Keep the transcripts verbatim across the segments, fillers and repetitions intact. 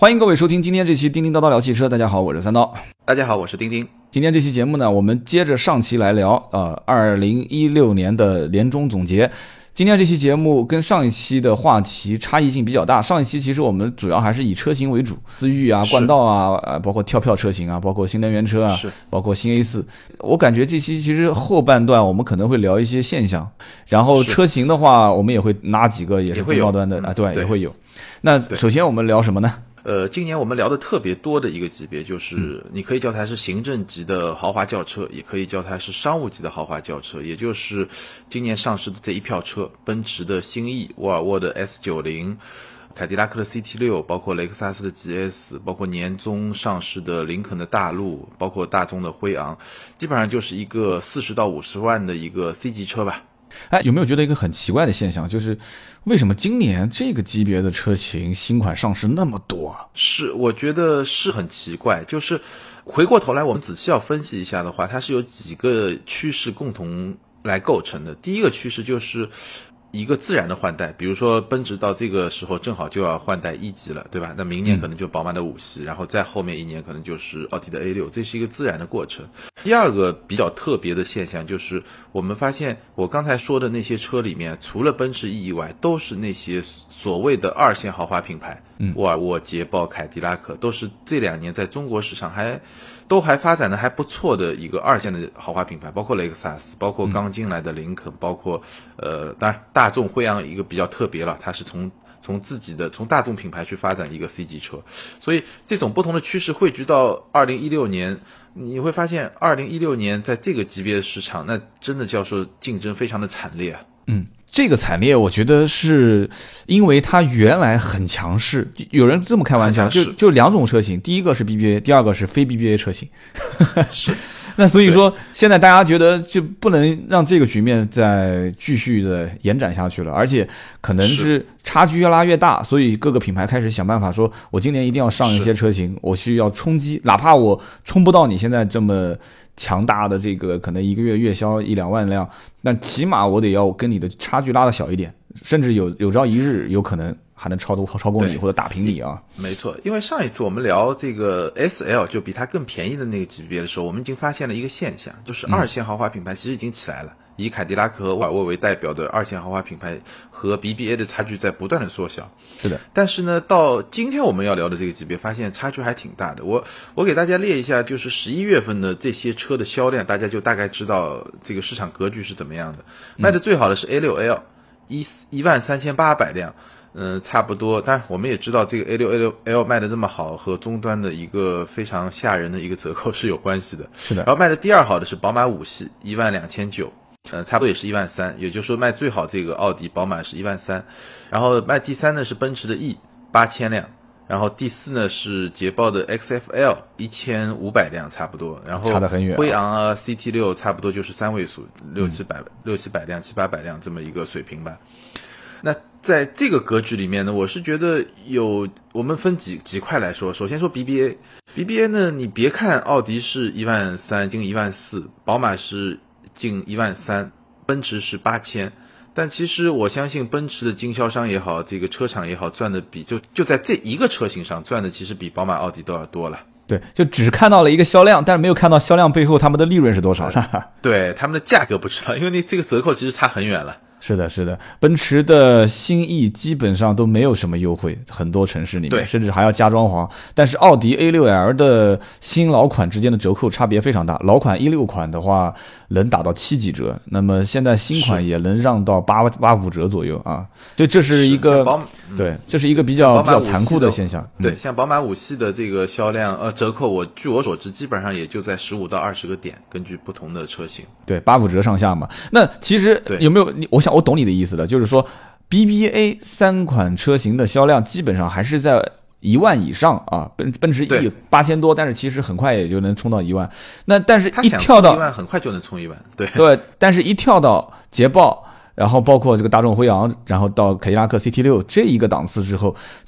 欢迎各位收听今天这期叮叮叨叨聊汽车。大家好，我是三刀。 大家好，我是丁丁。 今天这期节目呢，我们接着上期来聊呃二零一六年的年终总结。今天这期节目跟上一期的话题差异性比较大，上一期其实我们主要还是以车型为主，思域啊、冠道啊，呃，包括跳票车型啊，包括新能源车啊，包括新 A 四。我感觉这期其实后半段我们可能会聊一些现象，然后车型的话，我们也会拉几个也是中高端的啊，对，也会有。那首先我们聊什么呢？ 呃，今年我们聊的特别多的一个级别，就是你可以叫它是行政级的豪华轿车，也可以叫它是商务级的豪华轿车，也就是今年上市的这一票车，奔驰的新 E、沃尔沃的 S 九十、凯迪拉克的 C T 六， 包括雷克萨斯的 G S， 包括年终上市的林肯的大陆，包括大众的辉昂，基本上就是一个四十到五十万的一个 C 级车吧。 哎，有没有觉得一个很奇怪的现象，就是为什么今年这个级别的车型新款上市那么多啊？ 是，我觉得是很奇怪，就是回过头来我们仔细要分析一下的话，它是有几个趋势共同来构成的。第一个趋势就是一个自然的换代，比如说奔驰到这个时候正好就要换代一级了，对吧？那明年可能就宝马的五系，然后再后面一年可能就是奥迪的 A 六，这是一个自然的过程。第二个比较特别的现象就是我们发现我刚才说的那些车里面，除了奔驰 E 以外，都是那些所谓的二线豪华品牌，嗯，沃尔沃、捷豹、凯迪拉克，都是这两年在中国市场还都还发展的还不错的一个二线的豪华品牌，包括雷克萨斯，包括刚进来的林肯，包括呃，当然大众辉昂一个比较特别了，它是从从自己的从大众品牌去发展一个 C 级车，所以这种不同的趋势汇聚到二零一六年，你会发现二零一六年在这个级别的市场，那真的叫说竞争非常的惨烈啊。 嗯。这个惨烈，我觉得是因为它原来很强势，有人这么开玩笑，就就两种车型，第一个是 B B A， 第二个是非 B B A 车型。 是， 那所以说现在大家觉得就不能让这个局面再继续的延展下去了，而且可能是差距越拉越大，所以各个品牌开始想办法说，我今年一定要上一些车型，我需要冲击，哪怕我冲不到你现在这么强大的这个可能一个月月销一两万辆，但起码我得要跟你的差距拉得小一点，甚至有有朝一日有可能还能超多超过你或者打平你啊。 没错，因为上一次我们聊这个 S L 就比它更便宜的那个级别的时候，我们已经发现了一个现象，就是二线豪华品牌其实已经起来了。嗯，以凯迪拉克和沃尔沃为代表的二线豪华品牌和 B B A 的差距在不断的缩小。 是的， 但是呢，到今天我们要聊的这个级别，发现差距还挺大的。我我给大家列一下，就是十一月份的这些车的销量，大家就大概知道这个市场格局是怎么样的。卖的最好的是 A 六 L， 一一万三千八百辆。嗯，差不多。但我们也知道，这个 A 六 A 六 L 卖的这么好，和终端的一个非常吓人的一个折扣是有关系的。 是的。 然后卖的第二好的是宝马五系，一万两千九，呃，差不多也是一万三。也就是说，卖最好这个奥迪、宝马是一万三。然后卖第三呢是奔驰的 E， 八千辆。然后第四呢是捷豹的 X F L， 一千五百辆差不多。然后差得很远。 辉昂啊 C T 六差不多就是三位数，六七百六七百辆、七八百辆这么一个水平吧。那在这个格局里面呢，我是觉得有我们分几几块来说。首先说 B B A，B B A 呢，你别看奥迪是一万三，近一万四，宝马是近一万三，奔驰是八千，但其实我相信奔驰的经销商也好，这个车厂也好，赚的比就就在这一个车型上赚的，其实比宝马、奥迪都要多了。 对，就只看到了一个销量，但是没有看到销量背后他们的利润是多少。 对，他们的价格不知道，因为那这个折扣其实差很远了。 是的，是的，奔驰的新 E 基本上都没有什么优惠，很多城市里面甚至还要加装潢。但是奥迪 A 六 L 的新老款之间的折扣差别非常大，老款一六款的话能打到七几折，那么现在新款也能让到八八五折左右啊。就这是一个是对，这是一个比较比较残酷的现象。 对，像宝马五系的这个销量呃折扣，我据我所知基本上也就在十五到二十个点，根据不同的车型。 对，八五折上下嘛。那其实有没有？我想我懂你的意思了，就是说 B B A 三款车型的销量基本上还是在一万以上啊，奔奔驰 E 八千多，但是其实很快也就能冲到一万。那但是一跳到一万，很快就能冲一万。对对，但是一跳到捷豹，然后包括这个大众辉昂，然后到凯迪拉克 C T 六这一个档次之后，就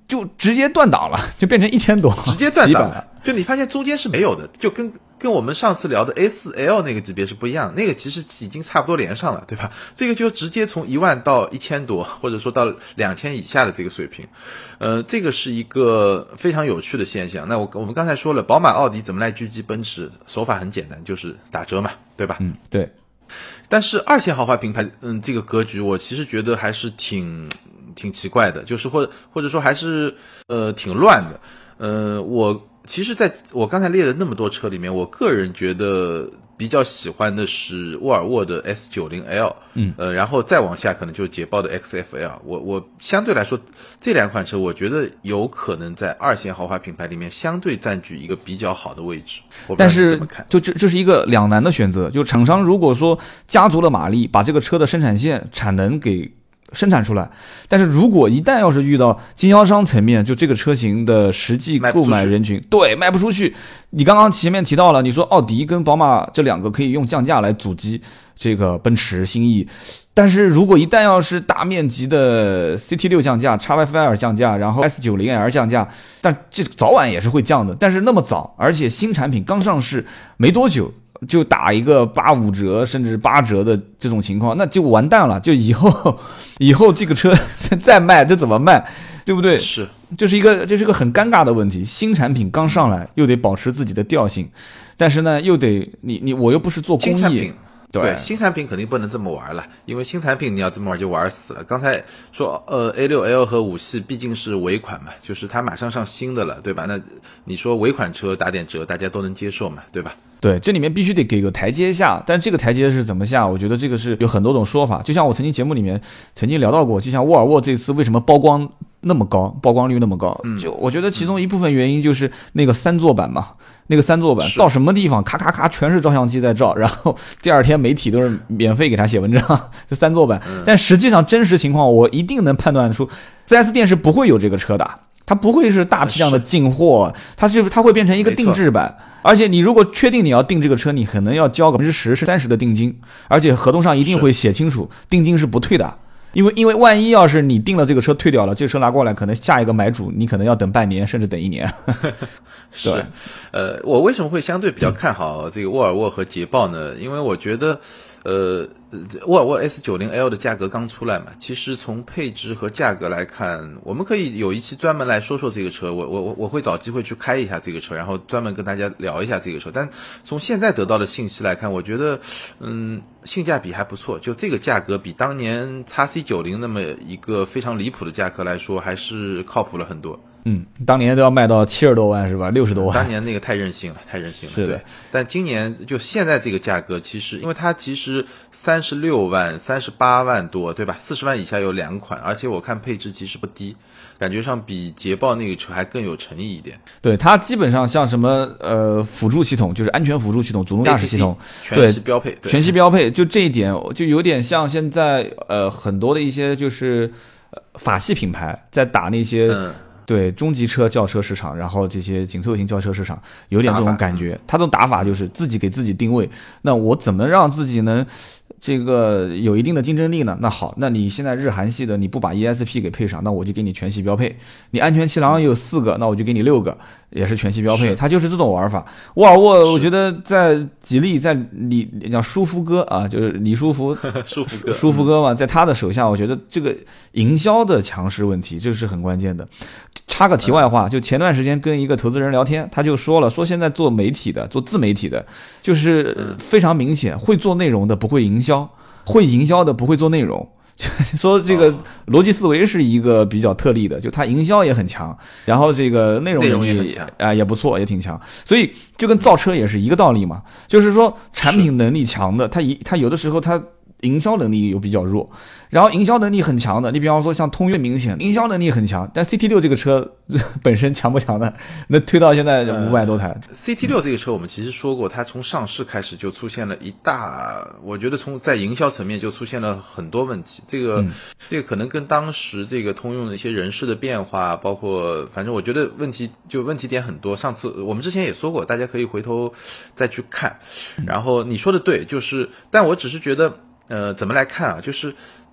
就直接断档了，就变成一千多， 直接断档了。就你发现中间是没有的，就跟跟我们上次聊的 S L 那个级别是不一样，那个其实已经差不多连上了，对吧？这个就直接从一万到一千多，或者说到两千以下的这个水平，呃，这个是一个非常有趣的现象。那我我们刚才说了，宝马、奥迪怎么来狙击奔驰，手法很简单，就是打折嘛，对吧？ 嗯，对。 但是二线豪华品牌，嗯，这个格局我其实觉得还是挺挺奇怪的，就是或或者说还是呃挺乱的。呃，我其实在我刚才列了那么多车里面，我个人觉得比较喜欢的是沃尔沃的 S 九十 L， 嗯， 呃，然后再往下可能就是捷豹的 X F L。我我相对来说这两款车，我觉得有可能在二线豪华品牌里面相对占据一个比较好的位置。我不知道你怎么看？ 但是就这这是一个两难的选择，就厂商如果说加足了马力，把这个车的生产线产能给生产出来，但是如果一旦要是遇到经销商层面，就这个车型的实际购买人群，对，卖不出去。你刚刚前面提到了，你说奥迪跟宝马这两个可以用降价来阻击这个奔驰、新逸，但是如果一旦要是大面积的 C T 六 降价、X Y F L 降价，然后 S 九十 L 降价，但这早晚也是会降的。但是那么早，而且新产品刚上市没多久，就打一个八五折甚至八折的这种情况，那就完蛋了。就以后以后这个车再卖，这怎么卖？对不对？ 是， 这是一个这是一个很尴尬的问题。新产品刚上来，又得保持自己的调性，但是呢，又得你你我又不是做工艺。 对, 对，新产品肯定不能这么玩了，因为新产品你要这么玩就玩死了。刚才说，呃 ，A 六 L 和五系毕竟是尾款嘛，就是它马上上新的了，对吧？那你说尾款车打点折，大家都能接受嘛，对吧？ 对，这里面必须得给个台阶下，但这个台阶是怎么下？我觉得这个是有很多种说法。就像我曾经节目里面曾经聊到过，就像沃尔沃这次为什么曝光那么高，曝光率那么高， 嗯、 就我觉得其中一部分原因就是那个三座版嘛，那个三座版到什么地方咔咔咔全是照相机在照，然后第二天媒体都是免费给他写文章，这三座版。但实际上真实情况，我一定能判断出 四 S 店是不会有这个车的。它不会是大批量的进货，它是它会变成一个定制版，而且你如果确定你要订这个车，你可能要交个百分之十是三十的定金，而且合同上一定会写清楚，定金是不退的，因为因为万一要是你订了这个车退掉了，这个车拿过来，可能下一个买主你可能要等半年甚至等一年。 是，呃，我为什么会相对比较看好这个沃尔沃和捷豹呢？因为我觉得。呃，沃尔沃 S 九十 L 的价格刚出来嘛，其实从配置和价格来看，我们可以有一期专门来说说这个车，我我我我会找机会去开一下这个车，然后专门跟大家聊一下这个车。但从现在得到的信息来看，我觉得，嗯，性价比还不错，就这个价格比当年 X C 九十 那么一个非常离谱的价格来说，还是靠谱了很多。 嗯，当年都要卖到七十多万是吧？六十多万。 当年那个太任性了，太任性了。 是的。 对，但今年就现在这个价格，其实因为它其实三十六万、三十八万多，对吧？四十万以下有两款，而且我看配置其实不低，感觉上比捷豹那个车还更有诚意一点。 对，它基本上像什么呃辅助系统，就是安全辅助系统、主动驾驶系统， 全系标配，对， 全系标配。就这一点，就有点像现在呃很多的一些就是呃法系品牌在打那些。嗯对中级车轿车市场，然后这些紧凑型轿车市场有点这种感觉，他的打法就是自己给自己定位，那我怎么让自己能这个有一定的竞争力呢？那好，那你现在日韩系的你不把 E S P 给配上，那我就给你全系标配。你安全气囊有四个，那我就给你六个，也是全系标配。它就是这种玩法。沃尔沃，我觉得在吉利，在李叫舒福哥啊，就是李书福， 舒福哥， 舒福哥嘛，在他的手下，我觉得这个营销的强势问题，这是很关键的。插个题外话，就前段时间跟一个投资人聊天，他就说了，说现在做媒体的，做自媒体的，就是非常明显，会做内容的不会营销，会营销的不会做内容。说这个逻辑思维是一个比较特例的，就他营销也很强，然后这个内容能力啊、呃、也不错，也挺强，所以就跟造车也是一个道理嘛，就是说产品能力强的，他一他有的时候他营销能力又比较弱，然后营销能力很强的，你比方说像通岳明显营销能力很强，但 C T 六 这个车本身强不强呢？那推到现在五百多台、 呃、C T 六 这个车我们其实说过，它从上市开始就出现了一大，我觉得从在营销层面就出现了很多问题，这个、嗯、这个可能跟当时这个通用的一些人事的变化，包括反正我觉得问题就问题点很多，上次我们之前也说过，大家可以回头再去看。然后你说的对，就是但我只是觉得呃，怎么来看啊？就是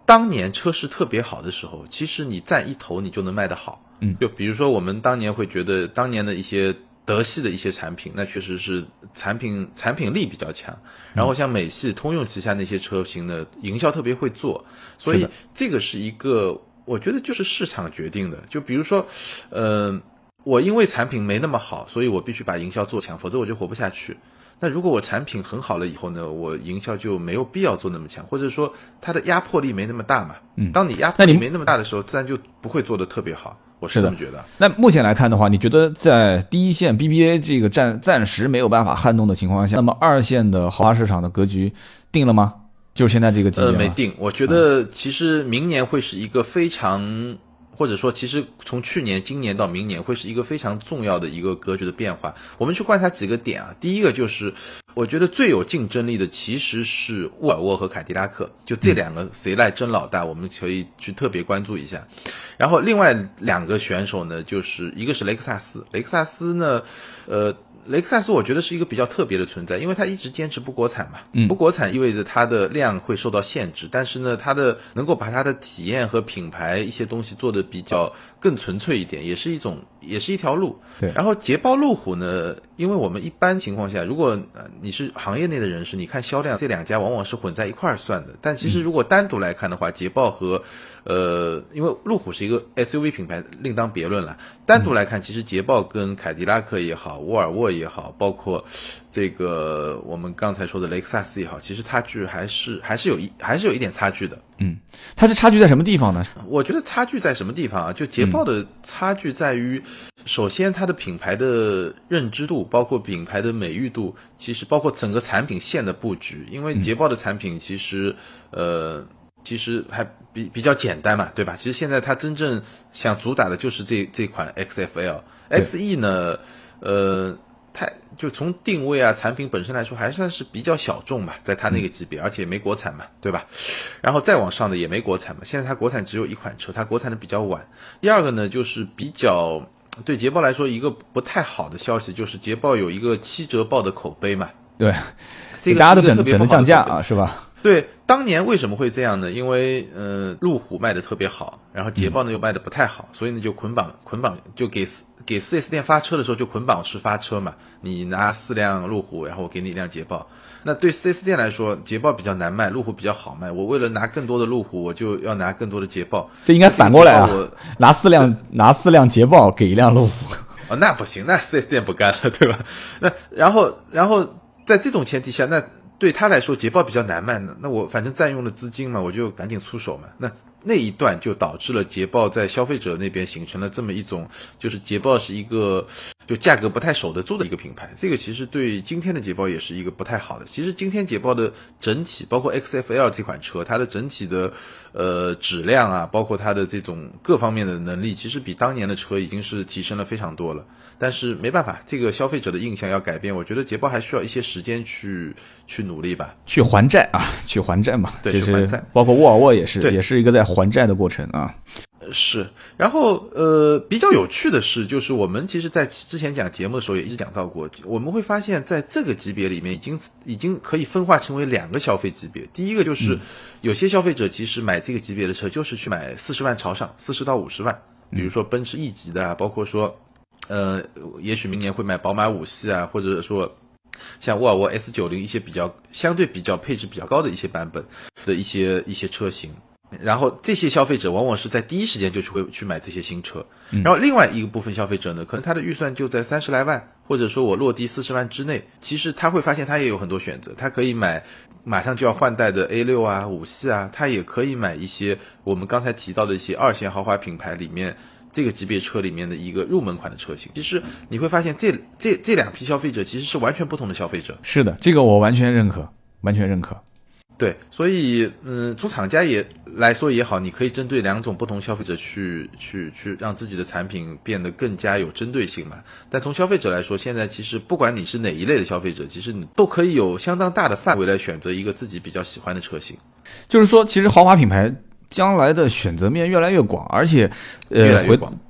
当年车市特别好的时候，其实你占一头你就能卖得好。 嗯， 就比如说我们当年会觉得当年的一些德系的一些产品，那确实是产品产品力比较强。然后像美系、通用旗下那些车型呢，营销特别会做，所以这个是一个我觉得就是市场决定的。就比如说，呃，我因为产品没那么好，所以我必须把营销做强，否则我就活不下去。那如果我产品很好了以后呢，我营销就没有必要做那么强，或者说它的压迫力没那么大嘛。 嗯， 当你压迫力没那么大的时候，自然就不会做得特别好。我是这么觉得。 那目前来看的话，你觉得在第一线 B B A 这个暂暂时没有办法撼动的情况下，那么二线的豪华市场的格局定了吗？就是现在这个级别呃，没定。我觉得其实明年会是一个非常、嗯，或者说其实从去年、今年到明年会是一个非常重要的一个格局的变化。我们去观察几个点啊。第一个就是我觉得最有竞争力的其实是沃尔沃和凯迪拉克，就这两个谁来争老大，我们可以去特别关注一下。然后另外两个选手呢，就是一个是雷克萨斯，雷克萨斯呢，呃，雷克萨斯我觉得是一个比较特别的存在，因为它一直坚持不国产嘛， 嗯， 不国产意味着它的量会受到限制，但是呢，它的能够把它的体验和品牌一些东西做得比较更纯粹一点，也是一种，也是一条路。 对。 然后捷豹路虎呢，因为我们一般情况下，如果呃你是行业内的人士，你看销量，这两家往往是混在一块儿算的。但其实如果单独来看的话，捷豹和呃，因为路虎是一个 S U V 品牌，另当别论了。单独来看，其实捷豹跟凯迪拉克也好，沃尔沃也好，包括这个我们刚才说的雷克萨斯也好，其实差距还是还是有一还是有一点差距的。 嗯，它是差距在什么地方呢？ 我觉得差距在什么地方啊？就捷豹的差距在于，首先它的品牌的认知度，包括品牌的美誉度，其实包括整个产品线的布局。因为捷豹的产品其实，呃。其实还比比较简单嘛，对吧？其实现在它真正想主打的就是这这款 X F L。X E 呢，呃，它就从定位啊、产品本身来说，还算是比较小众吧，在它那个级别，而且也没国产嘛，对吧？然后再往上的也没国产嘛，现在它国产只有一款车，它国产的比较晚。第二个呢，就是比较对捷豹来说一个不太好的消息，就是捷豹有一个七折豹的口碑嘛， 对， 这个大家都等等着降价啊，是吧？ 对，当年为什么会这样呢？因为呃，路虎卖的特别好，然后捷豹呢又卖的不太好，所以呢就捆绑捆绑，就给给 四 S 店发车的时候就捆绑式发车嘛，你拿四辆路虎，然后我给你一辆捷豹。那对 四 S 店来说，捷豹比较难卖，路虎比较好卖。我为了拿更多的路虎，我就要拿更多的捷豹。 这应该反过来啊，拿四辆拿四辆捷豹给一辆路虎。 哦，那不行，那 四 S 店不干了，对吧？那然后然后在这种前提下，那对他来说捷豹比较难卖呢，那我反正占用了资金嘛，我就赶紧出手嘛。那那一段就导致了捷豹在消费者那边形成了这么一种，就是捷豹是一个就价格不太守得住的一个品牌。这个其实对今天的捷豹也是一个不太好的。其实今天捷豹的整体，包括 X F L 这款车，它的整体的呃质量啊，包括它的这种各方面的能力，其实比当年的车已经是提升了非常多了。但是没办法，这个消费者的印象要改变，我觉得捷豹还需要一些时间去去努力吧， 去还债啊，去还债嘛。 对， 就是去还债。 包括沃尔沃也是，也是一个在还债的过程啊。 是，然后呃，比较有趣的是，就是我们其实在之前讲节目的时候也一直讲到过，我们会发现在这个级别里面已经已经可以分化成为两个消费级别。第一个就是有些消费者其实买这个级别的车就是去买四十万朝上，四十到五十万，比如说奔驰 E 级的啊，包括说呃，也许明年会买宝马五系啊，或者说像沃尔沃 S 九十 一些比较相对比较配置比较高的一些版本的一些一些车型。然后这些消费者往往是在第一时间就去会去买这些新车，然后另外一个部分消费者呢，可能他的预算就在三十来万，或者说我落地四十万之内，其实他会发现他也有很多选择，他可以买马上就要换代的 A 六 啊、五系啊，他也可以买一些我们刚才提到的一些二线豪华品牌里面这个级别车里面的一个入门款的车型。其实你会发现这这这两批消费者其实是完全不同的消费者。 是的，这个我完全认可，完全认可。 对，所以嗯，从厂家也来说也好，你可以针对两种不同消费者去去去让自己的产品变得更加有针对性嘛。但从消费者来说，现在其实不管你是哪一类的消费者，其实你都可以有相当大的范围来选择一个自己比较喜欢的车型。 就是说，其实豪华品牌将来的选择面越来越广，而且呃， 越来越广。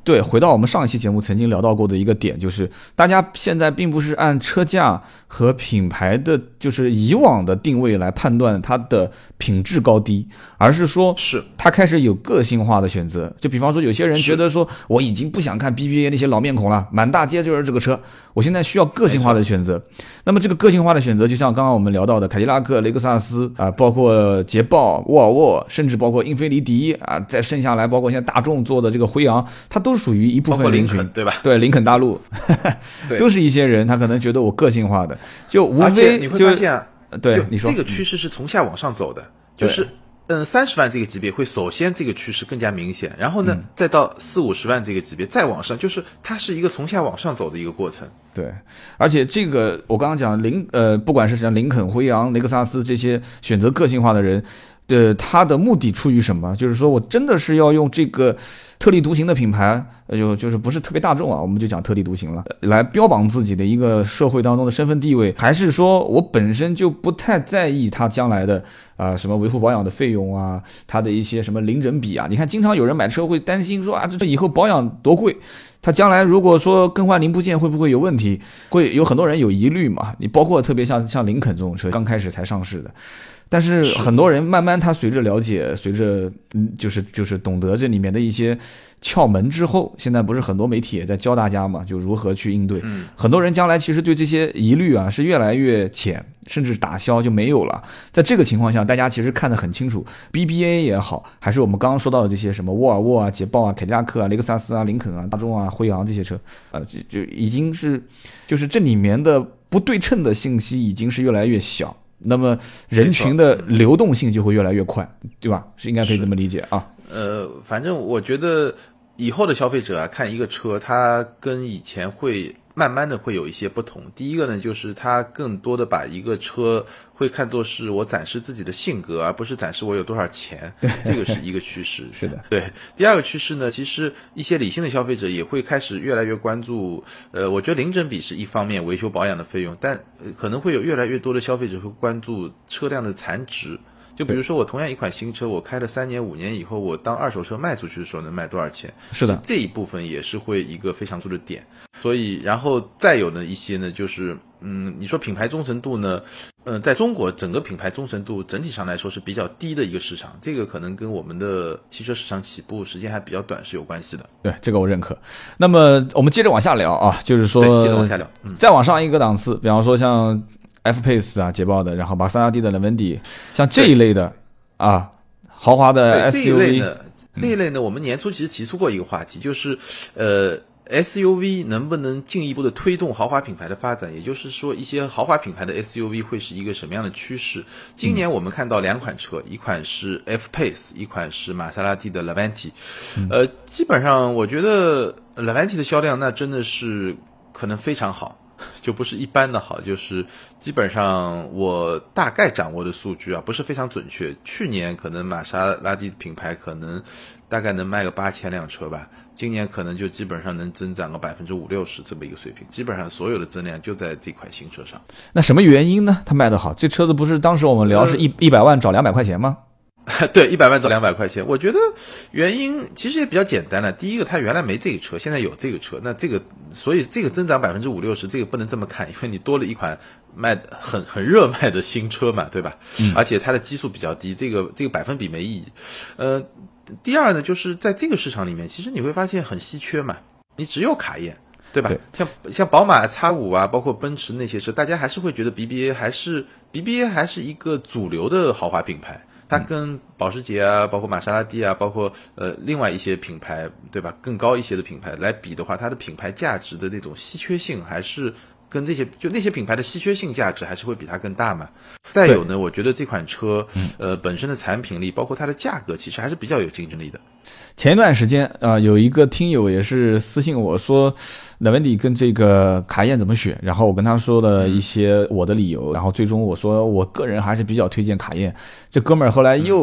对，回到我们上一期节目曾经聊到过的一个点，就是大家现在并不是按车价和品牌的就是以往的定位来判断它的品质高低，而是说是它开始有个性化的选择。就比方说有些人觉得说我已经不想看 B B A 那些老面孔了，满大街就是这个车，我现在需要个性化的选择。那么这个个性化的选择就像刚刚我们聊到的凯迪拉克、雷克萨斯啊，包括捷豹、沃尔沃，甚至包括英菲尼迪啊，再剩下来包括现在大众做的这个辉昂，它都属于一部分人群， 对吧？ 对，林肯大陆都是一些人他可能觉得我个性化的，就无非你会发现啊， 对你说这个趋势是从下往上走的，就是嗯三十万这个级别会首先这个趋势更加明显，然后呢、嗯、再到四五十万这个级别再往上，就是它是一个从下往上走的一个过程。 对，而且这个我刚刚讲林呃，不管是像林肯、辉昂、雷克萨斯这些选择个性化的人，呃，他的目的出于什么？就是说我真的是要用这个特立独行的品牌，呃，就就是不是特别大众啊，我们就讲特立独行了，来标榜自己的一个社会当中的身份地位，还是说我本身就不太在意他将来的啊、呃、什么维护保养的费用啊，他的一些什么零整比啊？你看，经常有人买车会担心说啊，这以后保养多贵。他将来如果说更换零部件会不会有问题，会有很多人有疑虑嘛。你包括特别像像林肯这种车刚开始才上市的，但是很多人慢慢他随着了解，随着嗯就是就是懂得这里面的一些窍门之后，现在不是很多媒体也在教大家嘛，就如何去应对。 嗯， 很多人将来其实对这些疑虑啊是越来越浅，甚至打消就没有了。在这个情况下，大家其实看得很清楚 ，B B A 也好，还是我们刚刚说到的这些什么沃尔沃啊、捷豹啊、凯迪拉克啊、雷克萨斯啊、林肯啊、大众啊、辉昂这些车，呃，就就已经是就是这里面的不对称的信息已经是越来越小。那么人群的流动性就会越来越快，对吧？是应该可以这么理解啊。 呃，反正我觉得以后的消费者啊，看一个车，它跟以前会慢慢的会有一些不同。第一个呢，就是它更多的把一个车会看作是我展示自己的性格，而不是展示我有多少钱，这个是一个趋势。 是的， 对。第二个趋势呢，其实一些理性的消费者也会开始越来越关注，呃，我觉得零整比是一方面，维修保养的费用，但、呃、可能会有越来越多的消费者会关注车辆的残值。就比如说我同样一款新车，我开了三年五年以后，我当二手车卖出去的时候能卖多少钱？ 是的， 这一部分也是会一个非常重的点。所以然后再有呢一些呢，就是嗯，你说品牌忠诚度呢，呃，在中国整个品牌忠诚度整体上来说是比较低的一个市场，这个可能跟我们的汽车市场起步时间还比较短是有关系的。 对，这个我认可。那么我们接着往下聊啊，就是说对，接着往下聊， 嗯、再往上一个档次，比方说像F-Pace 啊，捷豹的，然后玛莎拉蒂的 Lavandi， 像这一类的啊，豪华的 S U V， 这一类呢，那一类呢，我们年初其实提出过一个话题，就是呃 S U V 能不能进一步的推动豪华品牌的发展？也就是说，一些豪华品牌的 S U V 会是一个什么样的趋势？今年我们看到两款车，一款是 F-Pace， 一款是玛莎拉蒂的 Lavandi， 呃，基本上我觉得 Lavandi 的销量那真的是可能非常好。就不是一般的好，就是基本上我大概掌握的数据啊，不是非常准确。去年可能玛莎拉蒂品牌可能大概能卖个八千辆车吧，今年可能就基本上能增长个百分之五六十这么一个水平，基本上所有的增量就在这款新车上。 那什么原因呢？它卖得好？这车子不是当时我们聊是一一百万找两百块钱吗？ 对，一百万找两百块钱，我觉得原因其实也比较简单了。第一个，它原来没这个车，现在有这个车，那这个所以这个增长百分之五六十，这个不能这么看，因为你多了一款卖很很热卖的新车嘛，对吧？嗯、而且它的基数比较低，这个这个百分比没意义。呃，第二呢，就是在这个市场里面，其实你会发现很稀缺嘛，你只有卡宴。对吧？ 对， 像像宝马 X 五 啊，包括奔驰那些车，大家还是会觉得 B B A 还是 B B A 还是一个主流的豪华品牌。它跟保时捷啊，包括玛莎拉蒂啊，包括呃另外一些品牌，对吧？更高一些的品牌来比的话，它的品牌价值的那种稀缺性还是跟这些就那些品牌的稀缺性价值还是会比它更大嘛。再有呢，我觉得这款车呃本身的产品力，包括它的价格，其实还是比较有竞争力的。 前一段时间啊、呃，有一个听友也是私信我说，Lavandi跟这个卡宴怎么选？然后我跟他说了一些我的理由，然后最终我说我个人还是比较推荐卡宴。这哥们儿后来又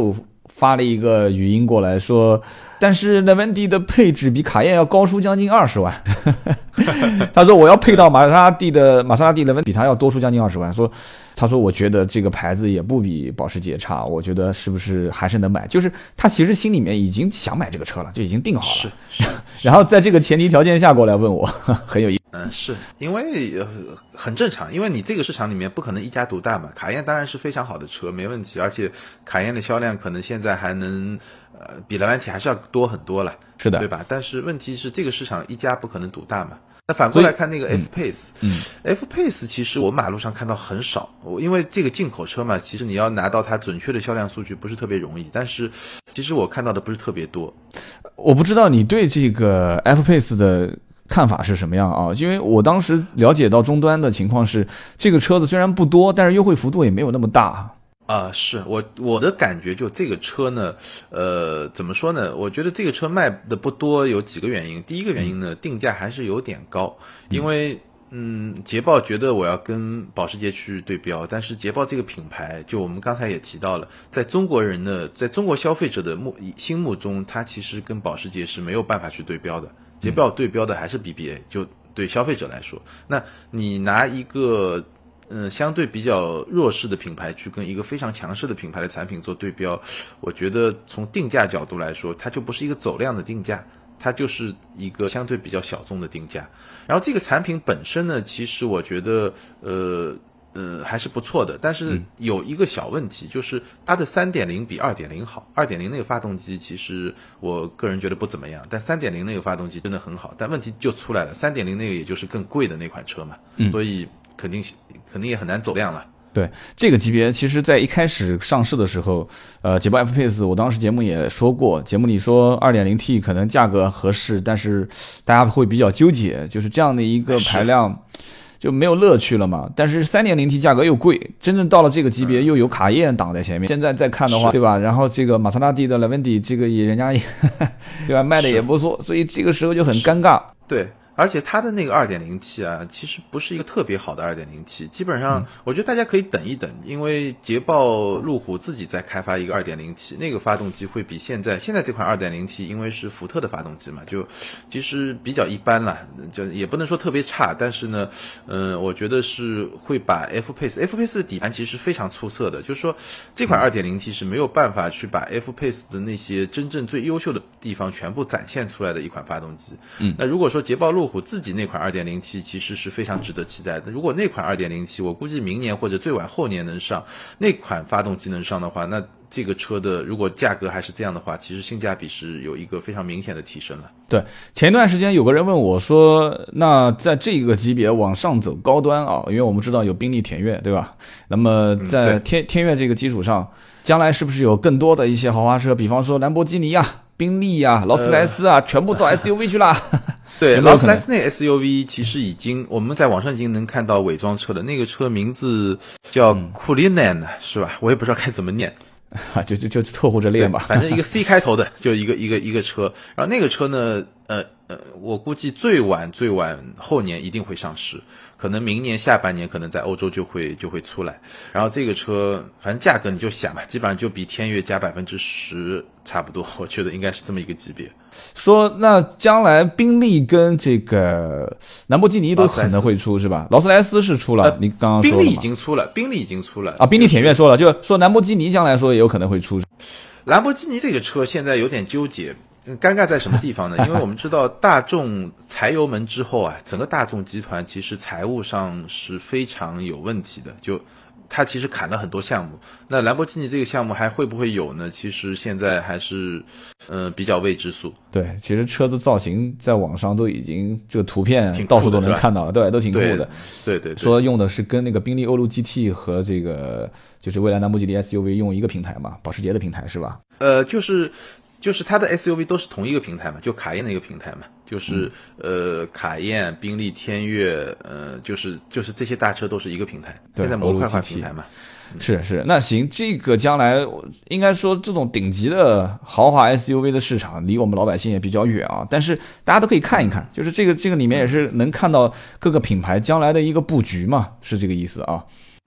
发了一个语音过来说，但是 Levanti 的配置比卡宴要高出将近二十万。他说我要配到玛莎拉蒂的玛莎拉蒂 Levanti 比他要多出将近二十万。说他说我觉得这个牌子也不比保时捷差，我觉得是不是还是能买？就是他其实心里面已经想买这个车了，就已经定好了。 是是。 然后在这个前提条件下过来问我，很有意思。 嗯，是因为、呃、很正常，因为你这个市场里面不可能一家独大嘛。卡宴当然是非常好的车，没问题，而且卡宴的销量可能现在还能呃比莱万提还是要多很多了， 是的， 对吧？但是问题是这个市场一家不可能独大嘛。那反过来看那个 F-Pace， 嗯, 嗯 F-Pace 其实我马路上看到很少，因为这个进口车嘛，其实你要拿到它准确的销量数据不是特别容易，但是其实我看到的不是特别多。 我不知道你对这个 F-Pace 的看法是什么样啊？因为我当时了解到终端的情况是，这个车子虽然不多，但是优惠幅度也没有那么大。 啊、呃，是我我的感觉，就这个车呢，呃，怎么说呢？我觉得这个车卖的不多，有几个原因。第一个原因呢，定价还是有点高，因为嗯，捷豹觉得我要跟保时捷去对标，但是捷豹这个品牌，就我们刚才也提到了，在中国人的，在中国消费者的目心目中，它其实跟保时捷是没有办法去对标的。捷豹对标的还是 B B A， 就对消费者来说，那你拿一个嗯，相对比较弱势的品牌去跟一个非常强势的品牌的产品做对标，我觉得从定价角度来说，它就不是一个走量的定价，它就是一个相对比较小众的定价。然后这个产品本身呢，其实我觉得呃呃还是不错的，但是有一个小问题，就是它的 三点零 比 二点零 好。二点零 那个发动机其实我个人觉得不怎么样，但 三点零 那个发动机真的很好。但问题就出来了， 三点零 那个也就是更贵的那款车嘛， 嗯， 所以肯定肯定也很难走量了。 对，这个级别其实在一开始上市的时候，呃，捷豹 F-Pace 我当时节目也说过，节目里说 二点零 T 可能价格合适，但是大家会比较纠结，就是这样的一个排量就没有乐趣了嘛。但是 三点零 T 价格又贵，真正到了这个级别又有卡宴挡在前面，现在再看的话，对吧？然后这个玛莎拉蒂的 Levanti 这个也人家也对吧，卖的也不错，所以这个时候就很尴尬。 对。而且它的那个 二点零 T 啊，其实不是一个特别好的 二点零 T， 基本上我觉得大家可以等一等，因为捷豹路虎自己在开发一个 二点零 T， 那个发动机会比现在现在这款 二点零 T 因为是福特的发动机嘛，就其实比较一般啦，就也不能说特别差，但是呢嗯、呃，我觉得是会把 F-Pace F-Pace 的底盘其实非常出色的，就是说这款 二点零 T 是没有办法去把 F-Pace 的那些真正最优秀的地方全部展现出来的一款发动机。 嗯， 那如果说捷豹路虎自己那款 二点零 T 其实是非常值得期待的，如果那款 二点零 T 我估计明年或者最晚后年能上，那款发动机能上的话，那这个车的如果价格还是这样的话，其实性价比是有一个非常明显的提升了。 对，前一段时间有个人问我说，那在这个级别往上走高端啊，因为我们知道有宾利田悦，对吧？那么在天、嗯、天悦这个基础上，将来是不是有更多的一些豪华车，比方说兰博基尼啊、宾利啊、劳斯莱斯啊，呃、全部造 S U V 去啦？ 对，劳斯莱斯那个 S U V 其实已经我们在网上已经能看到伪装车了，那个车名字叫库里南、嗯、是吧？我也不知道该怎么念。 就就就凑合着练吧， 反正一个 C 开头的，就一个一个一个车。然后那个车呢，呃呃，我估计最晚最晚后年一定会上市，可能明年下半年可能在欧洲就会就会出来。然后这个车，反正价格你就想吧，基本上就比天悦加百分之十差不多，我觉得应该是这么一个级别。 说那将来宾利跟这个兰博基尼都可能会出是吧？劳斯莱斯是出了，呃、你刚刚说了宾利已经出了，宾利已经出了啊，宾利田悦说了，就说兰博基尼将来说也有可能会出。 兰博基尼这个车现在有点纠结，尴尬在什么地方呢？因为我们知道大众柴油门之后啊，整个大众集团其实财务上是非常有问题的，就它其实砍了很多项目。那兰博基尼这个项目还会不会有呢？其实现在还是呃比较未知数。 对，其实车子造型在网上都已经这个图片到处都能看到了，对，都挺酷的。 对 对, 对对， 说用的是跟那个宾利欧陆 G T 和这个就是蔚来兰博基尼 S U V 用一个平台嘛，保时捷的平台是吧？ 呃，就是就是它的 S U V 都是同一个平台嘛，就卡宴那个平台嘛，就是呃卡宴、宾利、天悦，呃就是就是这些大车都是一个平台，现在模块化平台嘛。 是是，那行，这个将来应该说这种顶级的豪华 S U V 的市场离我们老百姓也比较远啊，但是大家都可以看一看，就是这个这个里面也是能看到各个品牌将来的一个布局嘛，是这个意思啊。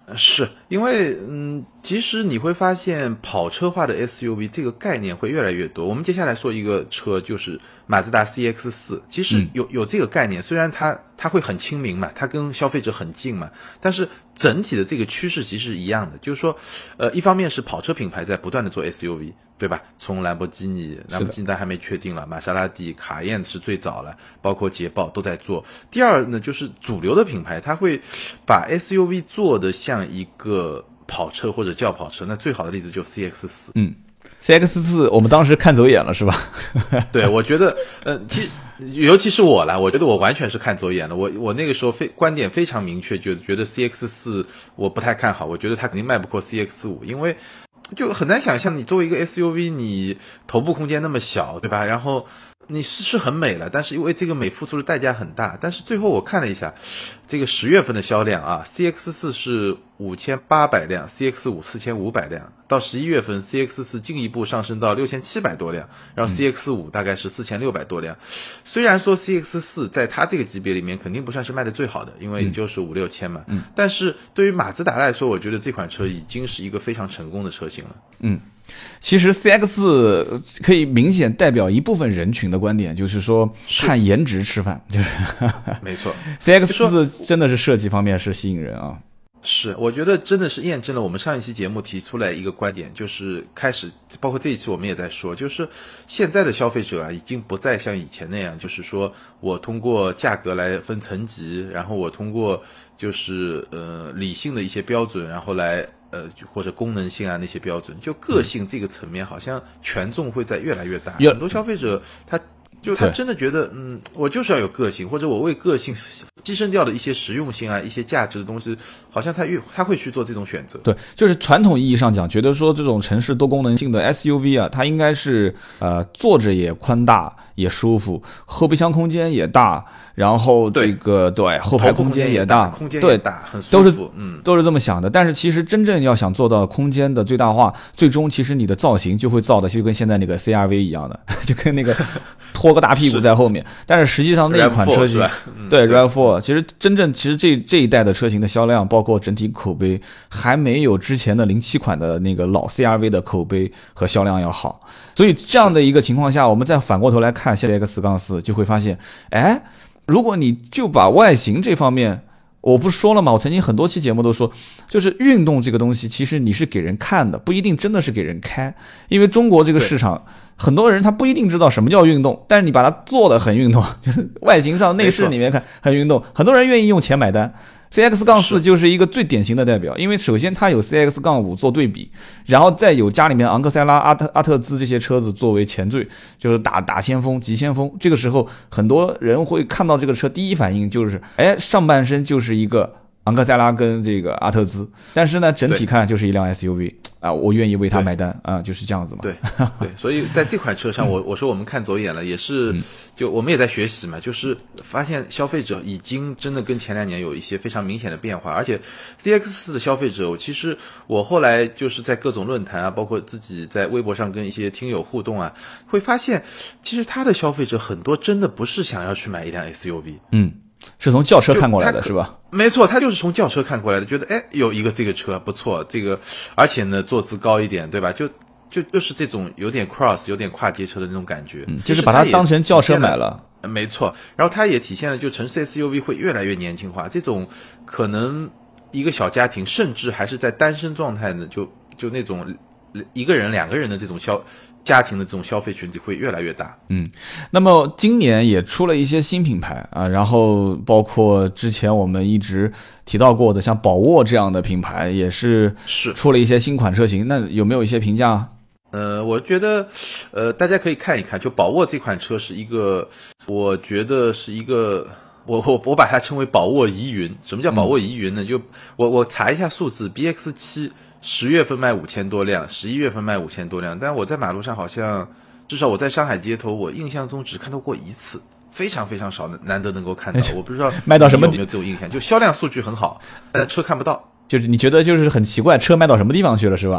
是因为嗯，其实你会发现跑车化的 S U V 这个概念会越来越多。我们接下来说一个车，就是马自达 C X 四， 其实有有这个概念，虽然它它会很亲民嘛，它跟消费者很近嘛，但是整体的这个趋势其实是一样的，就是说呃，一方面是跑车品牌在不断的做 S U V， 对吧？从兰博基尼，兰博基尼还没确定了，玛莎拉蒂、卡宴是最早了，包括捷豹都在做。第二呢，就是主流的品牌，它会把 S U V 做的像一个跑车或者轿跑车，那最好的例子就是 C X 四。 嗯 ，C X 四 我们当时看走眼了，是吧？ 对，我觉得，呃，其实尤其是我啦，我觉得我完全是看走眼了。我我那个时候非观点非常明确，就觉得 C X 四 我不太看好，我觉得它肯定卖不过 C X 五，因为就很难想象你作为一个 S U V， 你头部空间那么小，对吧？然后你是是很美了，但是因为这个美付出的代价很大。但是最后我看了一下，这个十月份的销量啊 ，C X 四 是五千八百辆 ，C X 五 四千五百辆，到十一月份 C X 四 进一步上升到六千七百多辆，然后 C X 五 大概是四千六百多辆。虽然说 C X 四 在它这个级别里面肯定不算是卖的最好的，因为也就是五六千嘛，嗯，但是对于马自达来说，我觉得这款车已经是一个非常成功的车型了。 嗯。其实 C X 四 可以明显代表一部分人群的观点，就是说看颜值吃饭，就是没错 ，C X 四 真的是设计方面是吸引人啊。 是，我觉得真的是验证了我们上一期节目提出来一个观点，就是开始，包括这一期我们也在说，就是现在的消费者啊，已经不再像以前那样，就是说我通过价格来分层级，然后我通过就是呃理性的一些标准，然后来呃或者功能性啊那些标准，就个性这个层面好像权重会在越来越大， 嗯、 很多消费者他。就他真的觉得，嗯，我就是要有个性，或者我为个性牺牲掉的一些实用性啊、一些价值的东西，好像他越他会去做这种选择。 对，就是传统意义上讲，觉得说这种城市多功能性的 S U V 啊，它应该是呃坐着也宽大也舒服，后备箱空间也大，然后这个 对, 对后排空间也大， 空间也大，很舒服， 都是嗯都是这么想的。但是其实真正要想做到空间的最大化，最终其实你的造型就会造的就跟现在那个 C R V 一样的，就跟那个拖个大屁股在后面。但是实际上那款车型， 嗯、 对 R A V 四，其实真正其实这这一代的车型的销量，包括整体口碑，还没有之前的零七款的那个老 C R V 的口碑和销量要好。所以这样的一个情况下，我们再反过头来看现在 X 四，就会发现，哎，如果你就把外形这方面，我不说了吗？我曾经很多期节目都说，就是运动这个东西，其实你是给人看的，不一定真的是给人开。因为中国这个市场，很多人他不一定知道什么叫运动，但是你把它做得很运动，就是外形上内饰里面看很运动，很多人愿意用钱买单。C X 四 就是一个最典型的代表，因为首先它有 C X 五 做对比，然后再有家里面昂克赛拉、阿特阿特兹这些车子作为前缀，就是打打先锋、急先锋。这个时候，很多人会看到这个车，第一反应就是，哎，上半身就是一个昂克赛拉跟这个阿特兹，但是呢，整体看就是一辆 S U V 啊，我愿意为它买单啊，就是这样子嘛。 对对，所以在这款车上，我我说我们看走眼了，也是，就我们也在学习嘛，就是发现消费者已经真的跟前两年有一些非常明显的变化，而且 C X 四 的消费者，其实我后来就是在各种论坛啊，包括自己在微博上跟一些听友互动啊，会发现，其实他的消费者很多真的不是想要去买一辆 S U V， 嗯。是从轿车看过来的是吧？ 没错，他就是从轿车看过来的，觉得哎有一个这个车不错，这个而且呢坐姿高一点，对吧？就就就是这种有点 cross 有点跨街车的那种感觉， 嗯、就是把它当成轿车买了。 没错，然后它也体现了就城市 S U V 会越来越年轻化，这种可能一个小家庭甚至还是在单身状态呢，就就那种一个人两个人的这种消家庭的这种消费群体会越来越大。 嗯，那么今年也出了一些新品牌啊，然后包括之前我们一直提到过的像宝沃这样的品牌也是是出了一些新款车型，那有没有一些评价？ 呃，我觉得，呃，大家可以看一看，就宝沃这款车是一个，我觉得是一个，我我我把它称为宝沃疑云。什么叫宝沃疑云呢？嗯、就我我查一下数字 ，B X 七 十月份卖五千多辆，十一月份卖五千多辆，但我在马路上好像，至少我在上海街头，我印象中只看到过一次。非常非常少，难得能够看到，我不知道卖到什么有没有这种印象，就销量数据很好，但车看不到。 就是你觉得就是很奇怪，车卖到什么地方去了是吧？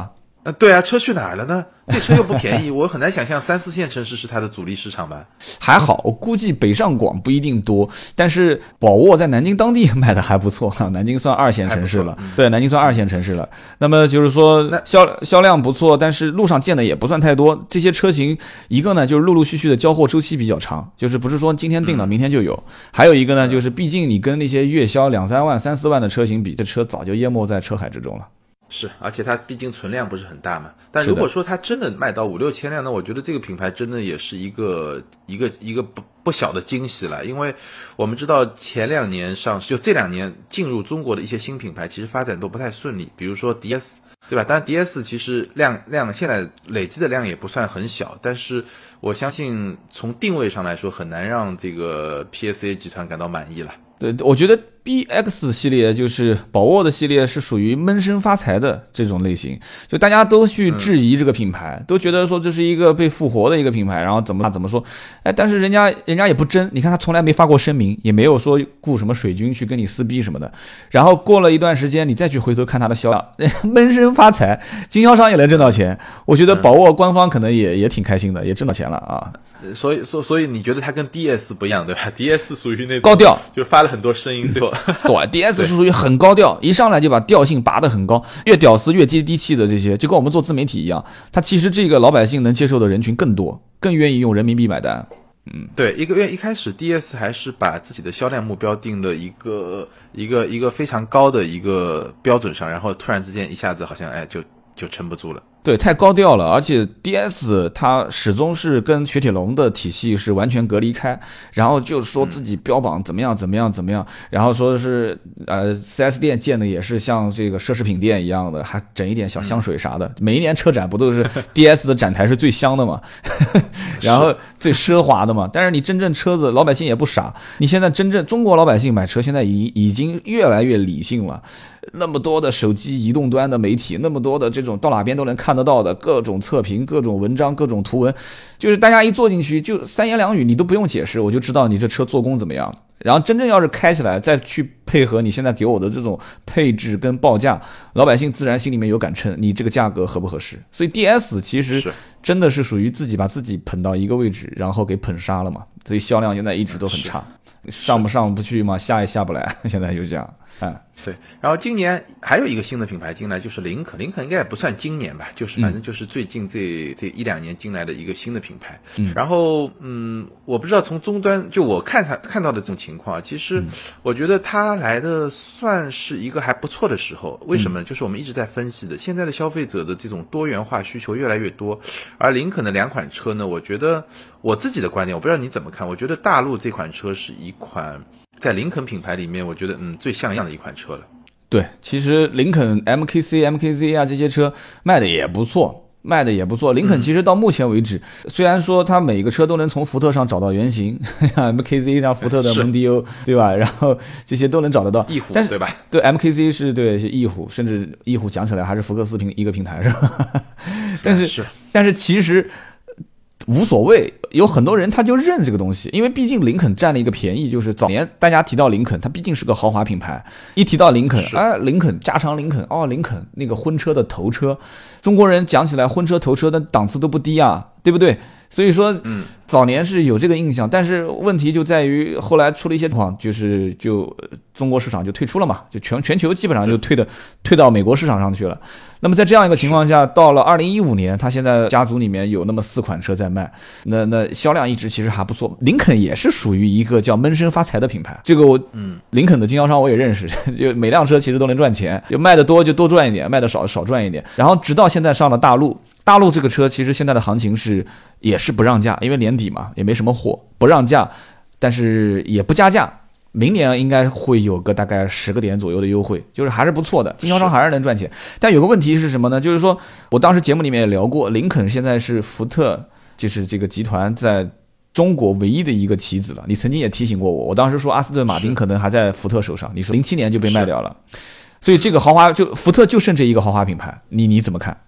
呃，对啊，车去哪儿了呢？这车又不便宜，我很难想象三四线城市是它的主力市场吧。 还好，我估计北上广不一定多，但是宝沃在南京当地卖的还不错哈，南京算二线城市了，嗯、对，南京算二线城市了。那么就是说销销量不错，但是路上见的也不算太多。这些车型一个呢就是陆陆续续的交货周期比较长，就是不是说今天定了、嗯、明天就有。还有一个呢就是毕竟你跟那些月销两三万、三四万的车型比，这车早就淹没在车海之中了。 是，而且它毕竟存量不是很大嘛。但如果说它真的卖到五六千辆呢，我觉得这个品牌真的也是一个一个一个不不小的惊喜了。因为我们知道前两年上市，就这两年进入中国的一些新品牌，其实发展都不太顺利。比如说 D S， 对吧？当然 D S 其实量量现在累积的量也不算很小，但是我相信从定位上来说，很难让这个 P S A 集团感到满意了。 对，我觉得 B X 系列就是宝沃的系列是属于闷声发财的这种类型，就大家都去质疑这个品牌，嗯、都觉得说这是一个被复活的一个品牌，然后怎么怎么说，哎，但是人家人家也不争，你看他从来没发过声明，也没有说雇什么水军去跟你撕逼什么的，然后过了一段时间，你再去回头看它的销量，闷声发财，经销商也能挣到钱，我觉得宝沃官方可能也也挺开心的，也挣到钱了啊。 所以所所以你觉得它跟 D S 不一样对吧 ？D S 属于那种高调， 就发了很多声音最后。 对 ，D S 是属于很高调，一上来就把调性拔得很高，越屌丝越接地气的这些，就跟我们做自媒体一样，它其实这个老百姓能接受的人群更多，更愿意用人民币买单。嗯， 对，一个月一开始 D S 还是把自己的销量目标定的一个一个一个非常高的一个标准上，然后突然之间一下子好像哎就就撑不住了。 对，太高调了，而且 D S 它始终是跟雪铁龙的体系是完全隔离开，然后就说自己标榜怎么样怎么样怎么样，然后说是呃 四 S 店建的也是像这个奢侈品店一样的，还整一点小香水啥的。每一年车展不都是 D S 的展台是最香的嘛，然后最奢华的嘛。但是你真正车子老百姓也不傻，你现在真正中国老百姓买车现在已已经越来越理性了。那么多的手机移动端的媒体，那么多的这种到哪边都能看得到的各种测评、各种文章、各种图文，就是大家一坐进去就三言两语你都不用解释，我就知道你这车做工怎么样。然后真正要是开起来，再去配合你现在给我的这种配置跟报价，老百姓自然心里面有杆秤，你这个价格合不合适。所以 D S 其实真的是属于自己把自己捧到一个位置，然后给捧杀了嘛，所以销量现在一直都很差，上不上不去嘛，下也下不来，现在就这样。嗯， 对。然后今年还有一个新的品牌进来，就是林肯。林肯应该也不算今年吧，就是反正就是最近这、嗯、这一两年进来的一个新的品牌。嗯，然后嗯，我不知道从终端就我看他看到的这种情况，其实我觉得他来的算是一个还不错的时候。为什么？就是我们一直在分析的，现在的消费者的这种多元化需求越来越多，而林肯的两款车呢，我觉得我自己的观点，我不知道你怎么看，我觉得大陆这款车是一款。在林肯品牌里面，我觉得嗯最像样的一款车了。 对，其实林肯 M K C、M K Z 啊这些车卖的也不错，卖的也不错。林肯其实到目前为止，嗯、虽然说它每个车都能从福特上找到原型 ，M K Z 上福特的蒙迪欧，对吧？然后这些都能找得到。 翼虎， 但是对吧？ 对 M K Z 是对是翼虎，甚至翼虎讲起来还是福克斯平一个平台是吧？但是、 嗯、是但是其实。无所谓，有很多人他就认这个东西，因为毕竟林肯占了一个便宜，就是早年大家提到林肯，它毕竟是个豪华品牌，一提到林肯，哎，林肯加长林肯，哦，林肯那个婚车的头车，中国人讲起来婚车头车的档次都不低啊，对不对？所以说，嗯，早年是有这个印象，但是问题就在于后来出了一些情况，就是就中国市场就退出了嘛，就全全球基本上就退的退到美国市场上去了。那么在这样一个情况下，到了二零一五年，他现在家族里面有那么四款车在卖，那那销量一直其实还不错。林肯也是属于一个叫闷声发财的品牌，这个我嗯，林肯的经销商我也认识，就每辆车其实都能赚钱，就卖的多就多赚一点，卖的少少赚一点。然后直到现在上了大陆。大陆这个车其实现在的行情是也是不让价，因为年底嘛也没什么货，不让价，但是也不加价。明年应该会有个大概十个点左右的优惠，就是还是不错的，经销商还是能赚钱。但有个问题是什么呢？就是说我当时节目里面也聊过，林肯现在是福特就是这个集团在中国唯一的一个棋子了。你曾经也提醒过我，我当时说阿斯顿马丁可能还在福特手上，你说零七年就被卖掉了，所以这个豪华就福特就剩这一个豪华品牌，你你怎么看？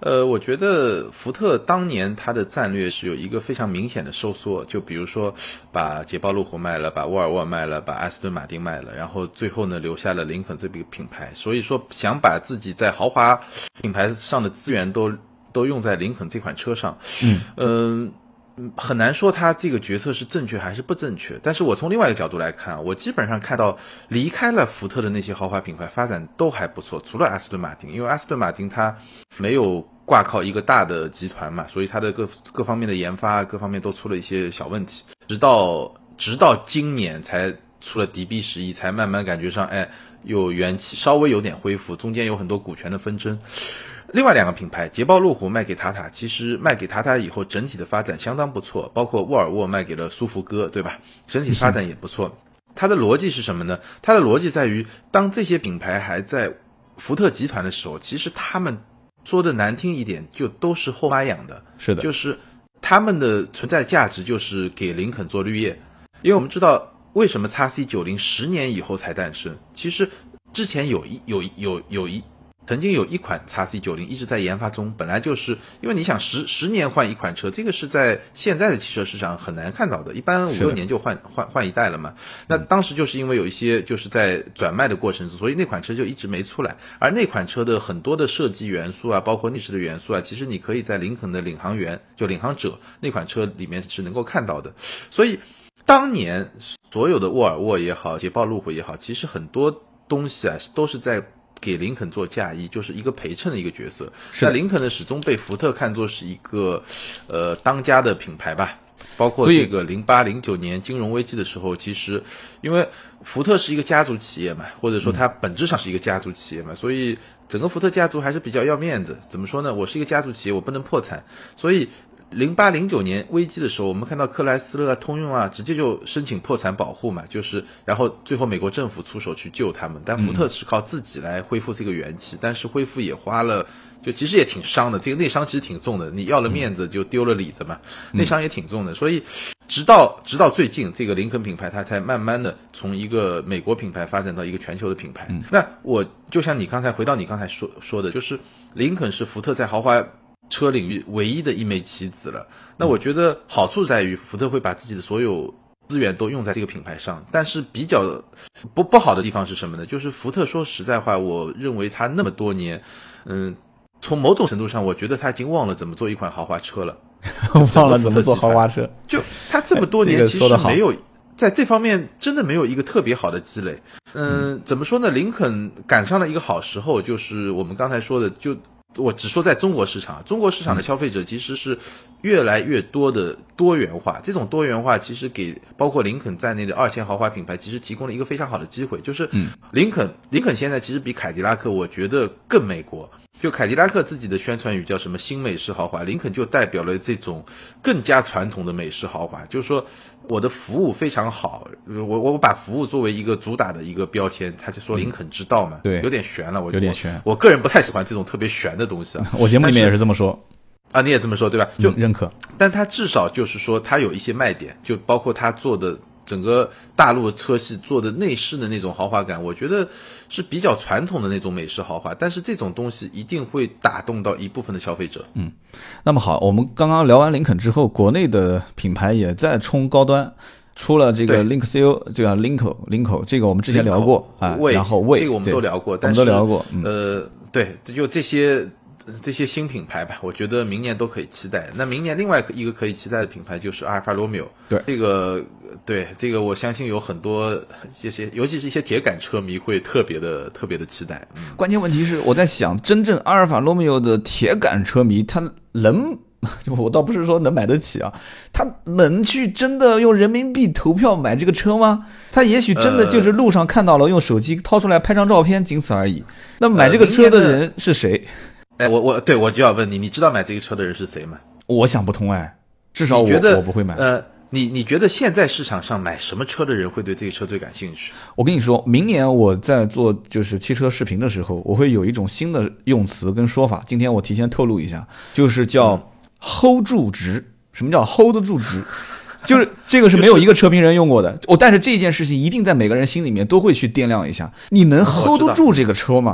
呃，我觉得福特当年它的战略是有一个非常明显的收缩，就比如说把捷豹路虎卖了，把沃尔沃卖了，把阿斯顿马丁卖了，然后最后呢留下了林肯这个品牌，所以说想把自己在豪华品牌上的资源都都用在林肯这款车上。嗯，呃很难说他这个决策是正确还是不正确，但是我从另外一个角度来看，我基本上看到离开了福特的那些豪华品牌发展都还不错，除了阿斯顿马丁，因为阿斯顿马丁它没有挂靠一个大的集团嘛，所以它的各各方面的研发各方面都出了一些小问题，直到直到今年才出了 D B 十一，才慢慢感觉上哎有元气，稍微有点恢复，中间有很多股权的纷争。另外两个品牌，捷豹路虎卖给塔塔，其实卖给塔塔以后整体的发展相当不错，包括沃尔沃卖给了苏福哥，对吧？整体发展也不错。它的逻辑是什么呢？它的逻辑在于，当这些品牌还在福特集团的时候，其实他们说的难听一点，就都是后妈养的。 是的， 就是他们的存在价值就是给林肯做绿叶，因为我们知道为什么 X C 九十 十年以后才诞生，其实之前有一有有有一。曾经有一款 X C 九十 一直在研发中，本来就是因为你想十十年换一款车，这个是在现在的汽车市场很难看到的，一般五六年就换换换一代了嘛。那当时就是因为有一些就是在转卖的过程中，所以那款车就一直没出来。而那款车的很多的设计元素啊，包括内饰的元素啊，其实你可以在林肯的领航员就领航者那款车里面是能够看到的。所以当年所有的沃尔沃也好，捷豹路虎也好，其实很多东西啊都是在给林肯做嫁衣，就是一个陪衬的一个角色。那林肯呢，始终被福特看作是一个呃当家的品牌吧。包括这个零八零九年金融危机的时候，其实因为福特是一个家族企业嘛，或者说它本质上是一个家族企业嘛，所以整个福特家族还是比较要面子。怎么说呢？我是一个家族企业，我不能破产，所以零八零九年危机的时候，我们看到克莱斯勒啊、通用啊，直接就申请破产保护嘛，就是然后最后美国政府出手去救他们，但福特是靠自己来恢复这个元气，嗯、但是恢复也花了，就其实也挺伤的，这个内伤其实挺重的，你要了面子就丢了里子嘛，嗯、内伤也挺重的，所以直到直到最近，这个林肯品牌它才慢慢的从一个美国品牌发展到一个全球的品牌。嗯、那我就像你刚才回到你刚才说说的，就是林肯是福特在豪华车领域唯一的一枚棋子了。那我觉得好处在于福特会把自己的所有资源都用在这个品牌上，但是比较不不好的地方是什么呢？就是福特说实在话，我认为他那么多年，嗯，从某种程度上，我觉得他已经忘了怎么做一款豪华车了， 忘了怎么做豪华车。 就他这么多年其实没有。在这方面真的没有一个特别好的积累。嗯，怎么说呢？林肯赶上了一个好时候，就是我们刚才说的，就我只说在中国市场，中国市场的消费者其实是越来越多的多元化。这种多元化其实给包括林肯在内的二线豪华品牌其实提供了一个非常好的机会，就是林肯林肯现在其实比凯迪拉克我觉得更美国。就凯迪拉克自己的宣传语叫什么新美式豪华，林肯就代表了这种更加传统的美式豪华，就是说我的服务非常好，我我把服务作为一个主打的一个标签，他就说林肯之道嘛， 对， 有点悬了，我有点悬， 我个人不太喜欢这种特别悬的东西啊。 我节目里面也是这么说啊，你也这么说对吧？就、 嗯、认可， 但他至少就是说他有一些卖点，就包括他做的整个大陆车系做的内饰的那种豪华感，我觉得是比较传统的那种美式豪华，但是这种东西一定会打动到一部分的消费者。 嗯，那么好，我们刚刚聊完林肯之后，国内的品牌也在冲高端，出了这个 Link C O， 这个 Linko Linko， 这个我们之前聊过啊，然后魏这个我们都聊过， 但是我们都聊过， 嗯、呃，对，就这些。这些新品牌吧，我觉得明年都可以期待。那明年另外一个可以期待的品牌就是阿尔法罗密欧。 对， 这个对这个我相信有很多这些，尤其是一些铁杆车迷会特别的特别的期待。 嗯、关键问题是，我在想，真正阿尔法罗密欧的铁杆车迷，他能，我倒不是说能买得起啊，他能去真的用人民币投票买这个车吗？他也许真的就是路上看到了，用手机掏出来拍张照片，仅此而已。那买这个车的人是谁？ 哎，我我对我就要问你，你知道买这个车的人是谁吗？ 我想不通哎，至少我觉得我不会买。 呃，你你觉得现在市场上买什么车的人会对这个车最感兴趣？ 我跟你说，明年我在做就是汽车视频的时候，我会有一种新的用词跟说法。今天我提前透露一下，就是叫 hold 住值。什么叫 hold 住值？就是这个是没有一个车评人用过的。我但是这件事情一定在每个人心里面都会去掂量一下，你能 hold 住这个车吗？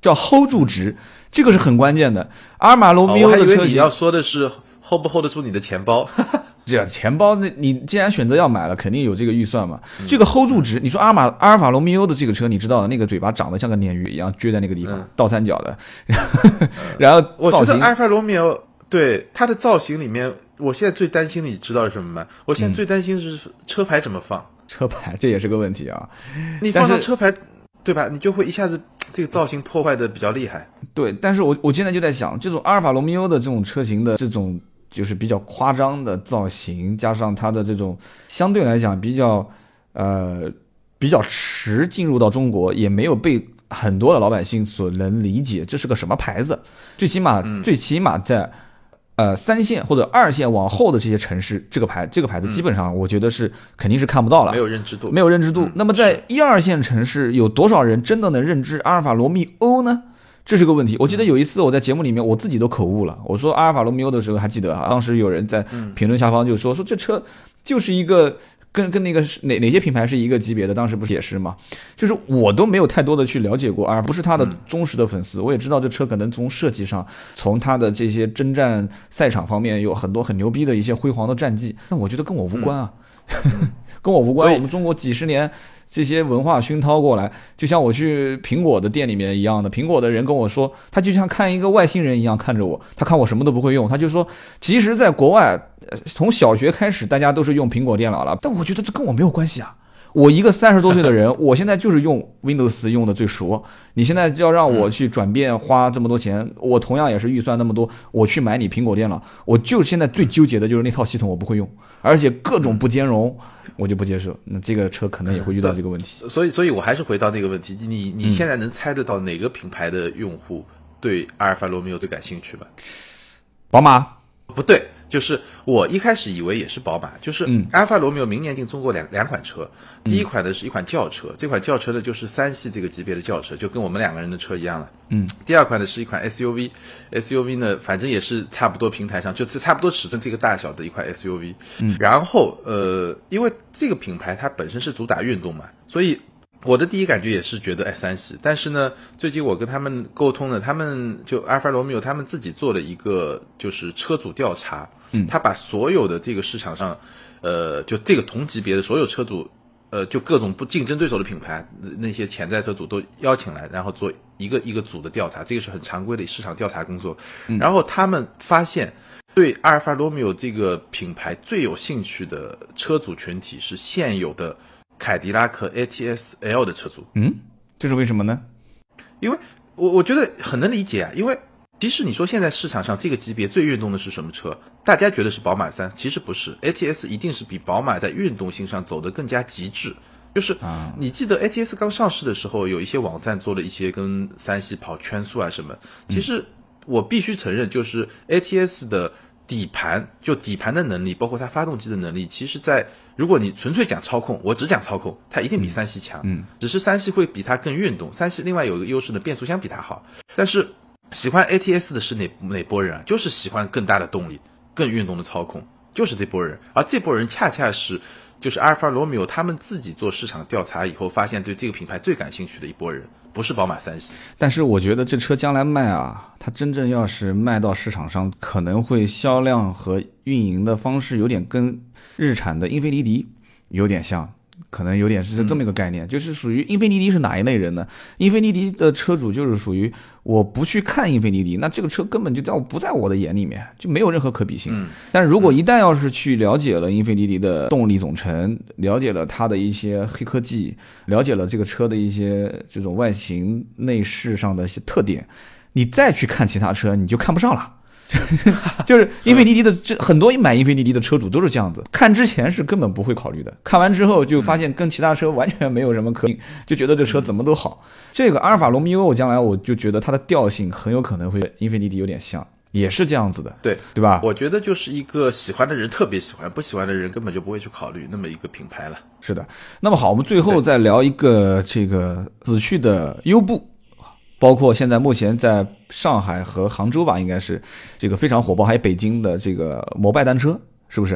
叫 hold 住值，这个是很关键的。阿尔法罗密欧的车型， 哦我还以为你要说的是 hold 不 hold 得住你的钱包。 这钱包，那你既然选择要买了，肯定有这个预算嘛。嗯、这个 hold 住值，你说阿尔玛阿尔法罗密欧的这个车，你知道的，那个嘴巴长得像个鲶鱼一样撅在那个地方，嗯、倒三角的，然后我觉得阿尔法罗密欧对它的造型里面，我现在最担心的你知道是什么吗？我现在最担心是车牌怎么放。 嗯、车牌这也是个问题啊， 你放上车牌，对吧？你就会一下子这个造型破坏的比较厉害。 对，但是我我现在就在想，这种阿尔法罗密欧的这种车型的这种。就是比较夸张的造型，加上它的这种相对来讲比较呃比较迟进入到中国，也没有被很多的老百姓所能理解这是个什么牌子。最起码、嗯、最起码在呃三线或者二线往后的这些城市，这个牌这个牌子基本上我觉得是、嗯、肯定是看不到了， 没有认知度， 没有认知度。嗯、那么在一二线城市，有多少人真的能认知阿尔法罗密欧呢？这是个问题。我记得有一次我在节目里面我自己都口误了，我说阿尔法罗密欧的时候还记得啊，当时有人在评论下方就说说这车就是一个跟跟那个哪哪些品牌是一个级别的，当时不是也是吗？就是我都没有太多的去了解过，而不是他的忠实的粉丝，我也知道这车可能从设计上，从它的这些征战赛场方面有很多很牛逼的一些辉煌的战绩，那我觉得跟我无关啊，嗯、跟我无关。我们中国几十年。这些文化熏陶过来，就像我去苹果的店里面一样的，苹果的人跟我说，他就像看一个外星人一样看着我，他看我什么都不会用，他就说其实在国外从小学开始大家都是用苹果电脑了，但我觉得这跟我没有关系啊，我一个三十多岁的人我现在就是用 Windows 用的最熟，你现在要让我去转变花这么多钱，我同样也是预算那么多，我去买你苹果电脑，我就现在最纠结的就是那套系统我不会用，而且各种不兼容，我就不接受。那这个车可能也会遇到这个问题。 嗯、所以，所以我还是回到那个问题，你你现在能猜得到哪个品牌的用户对阿尔法罗密欧最感兴趣吗？ 宝马？ 不对，就是我一开始以为也是宝马，就是阿尔法罗密欧明年进中国两两款车，第一款呢是一款轿车，这款轿车呢就是三系这个级别的轿车，就跟我们两个人的车一样了。嗯，第二款呢是一款 S U V，S U V 呢反正也是差不多平台上，就是差不多尺寸这个大小的一款 S U V。嗯，然后呃，因为这个品牌它本身是主打运动嘛，所以我的第一感觉也是觉得哎三系，但是呢，最近我跟他们沟通呢，他们就阿尔法罗密欧他们自己做了一个就是车主调查，嗯，他把所有的这个市场上，呃，就这个同级别的所有车主，呃，就各种不竞争对手的品牌，那些潜在车主都邀请来，然后做一个一个组的调查，这个是很常规的市场调查工作，嗯，然后他们发现，对阿尔法罗密欧这个品牌最有兴趣的车主群体是现有的凯迪拉克 A T S L 的车主。 嗯，这是为什么呢？ 因为我我觉得很能理解啊，因为其实你说现在市场上这个级别最运动的是什么车？大家觉得是宝马三，其实不是 ，A T S 一定是比宝马在运动性上走得更加极致。就是你记得 A T S 刚上市的时候，有一些网站做了一些跟三系跑圈速啊什么，其实我必须承认，就是 A T S 的底盘，就底盘的能力，包括它发动机的能力，其实在如果你纯粹讲操控，我只讲操控，它一定比三系强。嗯，只是三系会比它更运动，三系另外有一个优势呢，变速箱比它好。但是喜欢 A T S 的是哪哪波人啊？就是喜欢更大的动力、更运动的操控，就是这波人。而这波人恰恰是就是阿尔法罗密欧他们自己做市场调查以后发现对这个品牌最感兴趣的一波人。不是宝马三系， 但是我觉得这车将来卖啊，它真正要是卖到市场上，可能会销量和运营的方式有点跟日产的英菲尼迪有点像，可能有点是这么一个概念，嗯、就是属于英菲尼迪是哪一类人呢？英菲尼迪的车主就是属于我不去看英菲尼迪，那这个车根本就在不在我的眼里面，就没有任何可比性。嗯、但是如果一旦要是去了解了英菲尼迪的动力总成，了解了它的一些黑科技，了解了这个车的一些这种外形内饰上的一些特点，你再去看其他车，你就看不上了。就是英菲尼迪的这很多买英菲尼迪的车主都是这样子，看之前是根本不会考虑的，看完之后就发现跟其他车完全没有什么可比，就觉得这车怎么都好。这个阿尔法罗密欧将来我就觉得它的调性很有可能会英菲尼迪有点像，也是这样子的， 对对吧？ 我觉得就是一个喜欢的人特别喜欢，不喜欢的人根本就不会去考虑那么一个品牌了。 是的。那么好，我们最后再聊一个这个子旭的优步，包括现在目前在上海和杭州吧，应该是这个非常火爆，还有北京的这个摩拜单车，是不是？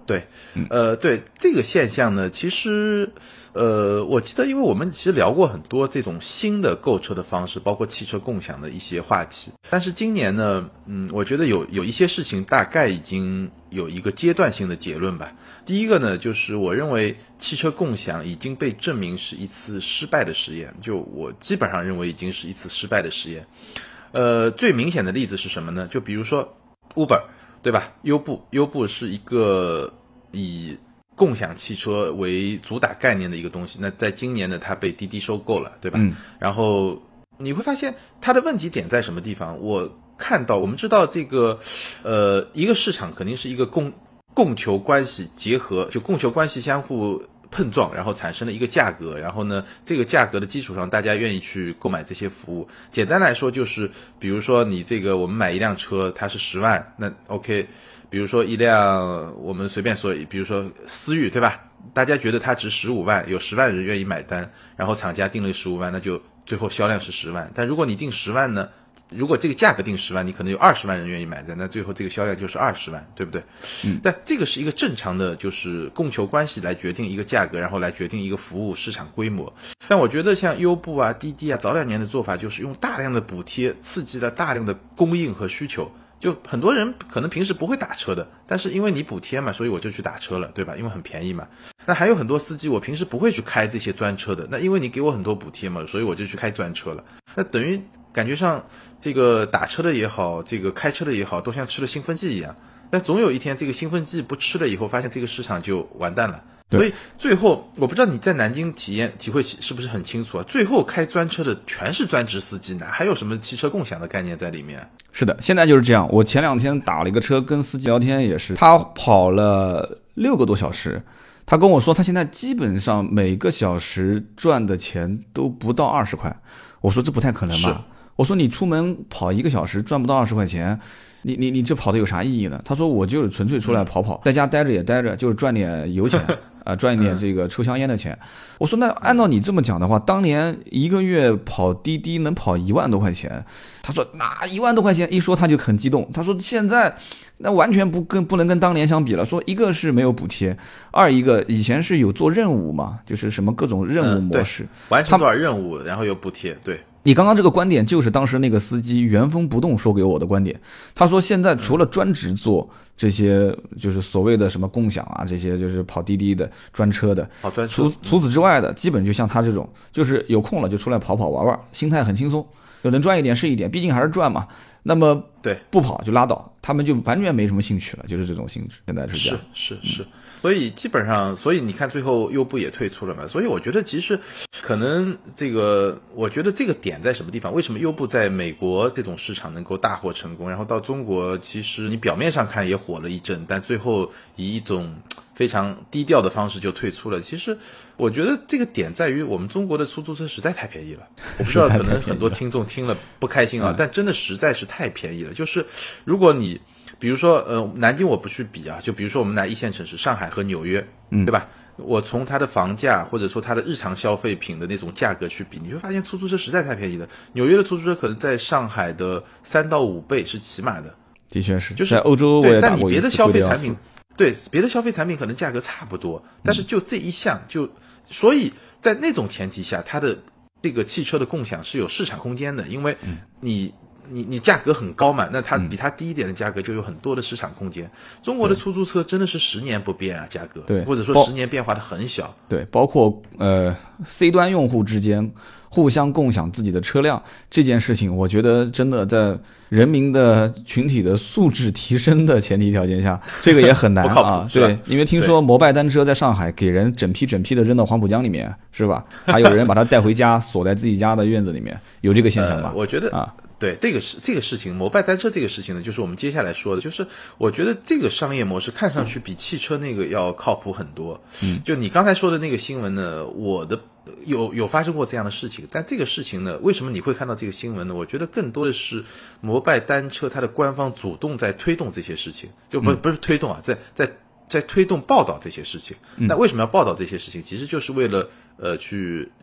对，呃，对这个现象呢，其实，呃，我记得，因为我们其实聊过很多这种新的购车的方式，包括汽车共享的一些话题。但是今年呢，嗯，我觉得有有一些事情大概已经有一个阶段性的结论吧。第一个呢，就是我认为汽车共享已经被证明是一次失败的实验，就我基本上认为已经是一次失败的实验。呃，最明显的例子是什么呢？就比如说 Uber。对吧？优步，优步是一个以共享汽车为主打概念的一个东西。那在今年呢，它被滴滴收购了，对吧？ 嗯。 然后你会发现它的问题点在什么地方？我看到，我们知道这个，呃，一个市场肯定是一个供供求关系结合，就供求关系相互碰撞，然后产生了一个价格，然后呢，这个价格的基础上，大家愿意去购买这些服务。简单来说，就是比如说你这个我们买一辆车，它是十万，那 OK， 比如说一辆我们随便说，比如说思域，对吧？大家觉得它值十五万，有十万人愿意买单，然后厂家定了十五万，那就最后销量是十万。但如果你定十万呢？如果这个价格定十万，你可能有二十万人愿意买单，那最后这个销量就是二十万，对不对？ 嗯。 但这个是一个正常的，就是供求关系来决定一个价格，然后来决定一个服务市场规模。但我觉得像优步啊、滴滴啊，早两年的做法就是用大量的补贴刺激了大量的供应和需求。就很多人可能平时不会打车的，但是因为你补贴嘛，所以我就去打车了，对吧？因为很便宜嘛。那还有很多司机，我平时不会去开这些专车的，那因为你给我很多补贴嘛，所以我就去开专车了。那等于感觉上这个打车的也好，这个开车的也好，都像吃了兴奋剂一样。但总有一天这个兴奋剂不吃了以后，发现这个市场就完蛋了。所以最后我不知道你在南京体验体会是不是很清楚啊？最后开专车的全是专职司机，哪还有什么汽车共享的概念在里面？ 是的，现在就是这样。我前两天打了一个车，跟司机聊天也是，他跑了六个多小时，他跟我说他现在基本上每个小时赚的钱都不到二十块。我说这不太可能吧？我说你出门跑一个小时赚不到二十块钱，你你你这跑的有啥意义呢？他说我就是纯粹出来跑跑，在家待着也待着，就是赚点油钱啊、呃，赚一点这个抽香烟的钱。我说那按照你这么讲的话，当年一个月跑滴滴能跑一万多块钱。他说那一万多块钱一说他就很激动，他说现在那完全不跟不能跟当年相比了。说一个是没有补贴，二一个以前是有做任务嘛，就是什么各种任务模式， 嗯、完成多少任务，然后有补贴，对。 你刚刚这个观点就是当时那个司机原封不动说给我的观点。他说现在除了专职做这些就是所谓的什么共享啊，这些就是跑滴滴的专车的， 跑专车除除此之外的基本就像他这种，就是有空了就出来跑跑玩玩，心态很轻松，就能赚一点是一点，毕竟还是赚嘛。那么对不跑就拉倒，他们就完全没什么兴趣了，就是这种性质。现在是这样， 是是是。嗯，所以基本上，所以你看最后优步也退出了嘛。所以我觉得其实可能这个，我觉得这个点在什么地方？为什么优步在美国这种市场能够大获成功，然后到中国其实你表面上看也火了一阵，但最后以一种非常低调的方式就退出了。其实我觉得这个点在于我们中国的出租车实在太便宜了。我不知道可能很多听众听了不开心啊，但真的实在是太便宜了。就是如果你比如说，呃，南京我不去比啊，就比如说我们拿一线城市上海和纽约，嗯，对吧？我从它的房价或者说它的日常消费品的那种价格去比，你会发现出租车实在太便宜了。纽约的出租车可能在上海的三到五倍是起码的， 的确是， 就是在欧洲我也打过一次， 但你别的消费产品，对别的消费产品可能价格差不多，但是就这一项就，所以在那种前提下，它的这个汽车的共享是有市场空间的，因为你。你你价格很高嘛，那它比它低一点的价格就有很多的市场空间。中国的出租车真的是十年不变啊，价格， 对， 或者说十年变化的很小。 对，包括呃 C 端用户之间互相共享自己的车辆这件事情，我觉得真的在人民的群体的素质提升的前提条件下，这个也很难啊。对，因为听说摩拜单车在上海给人整批整批的扔到黄浦江里面，是吧？还有人把它带回家锁在自己家的院子里面，有这个现象吧？ 呃、我觉得啊。 对，这个是这个事情，摩拜单车这个事情呢，就是我们接下来说的，就是我觉得这个商业模式看上去比汽车那个要靠谱很多。 嗯， 就你刚才说的那个新闻呢，我的有有发生过这样的事情，但这个事情呢，为什么你会看到这个新闻呢？我觉得更多的是摩拜单车它的官方主动在推动这些事情，就不不是推动啊，在在在推动报道这些事情。那为什么要报道这些事情？其实就是为了呃去去。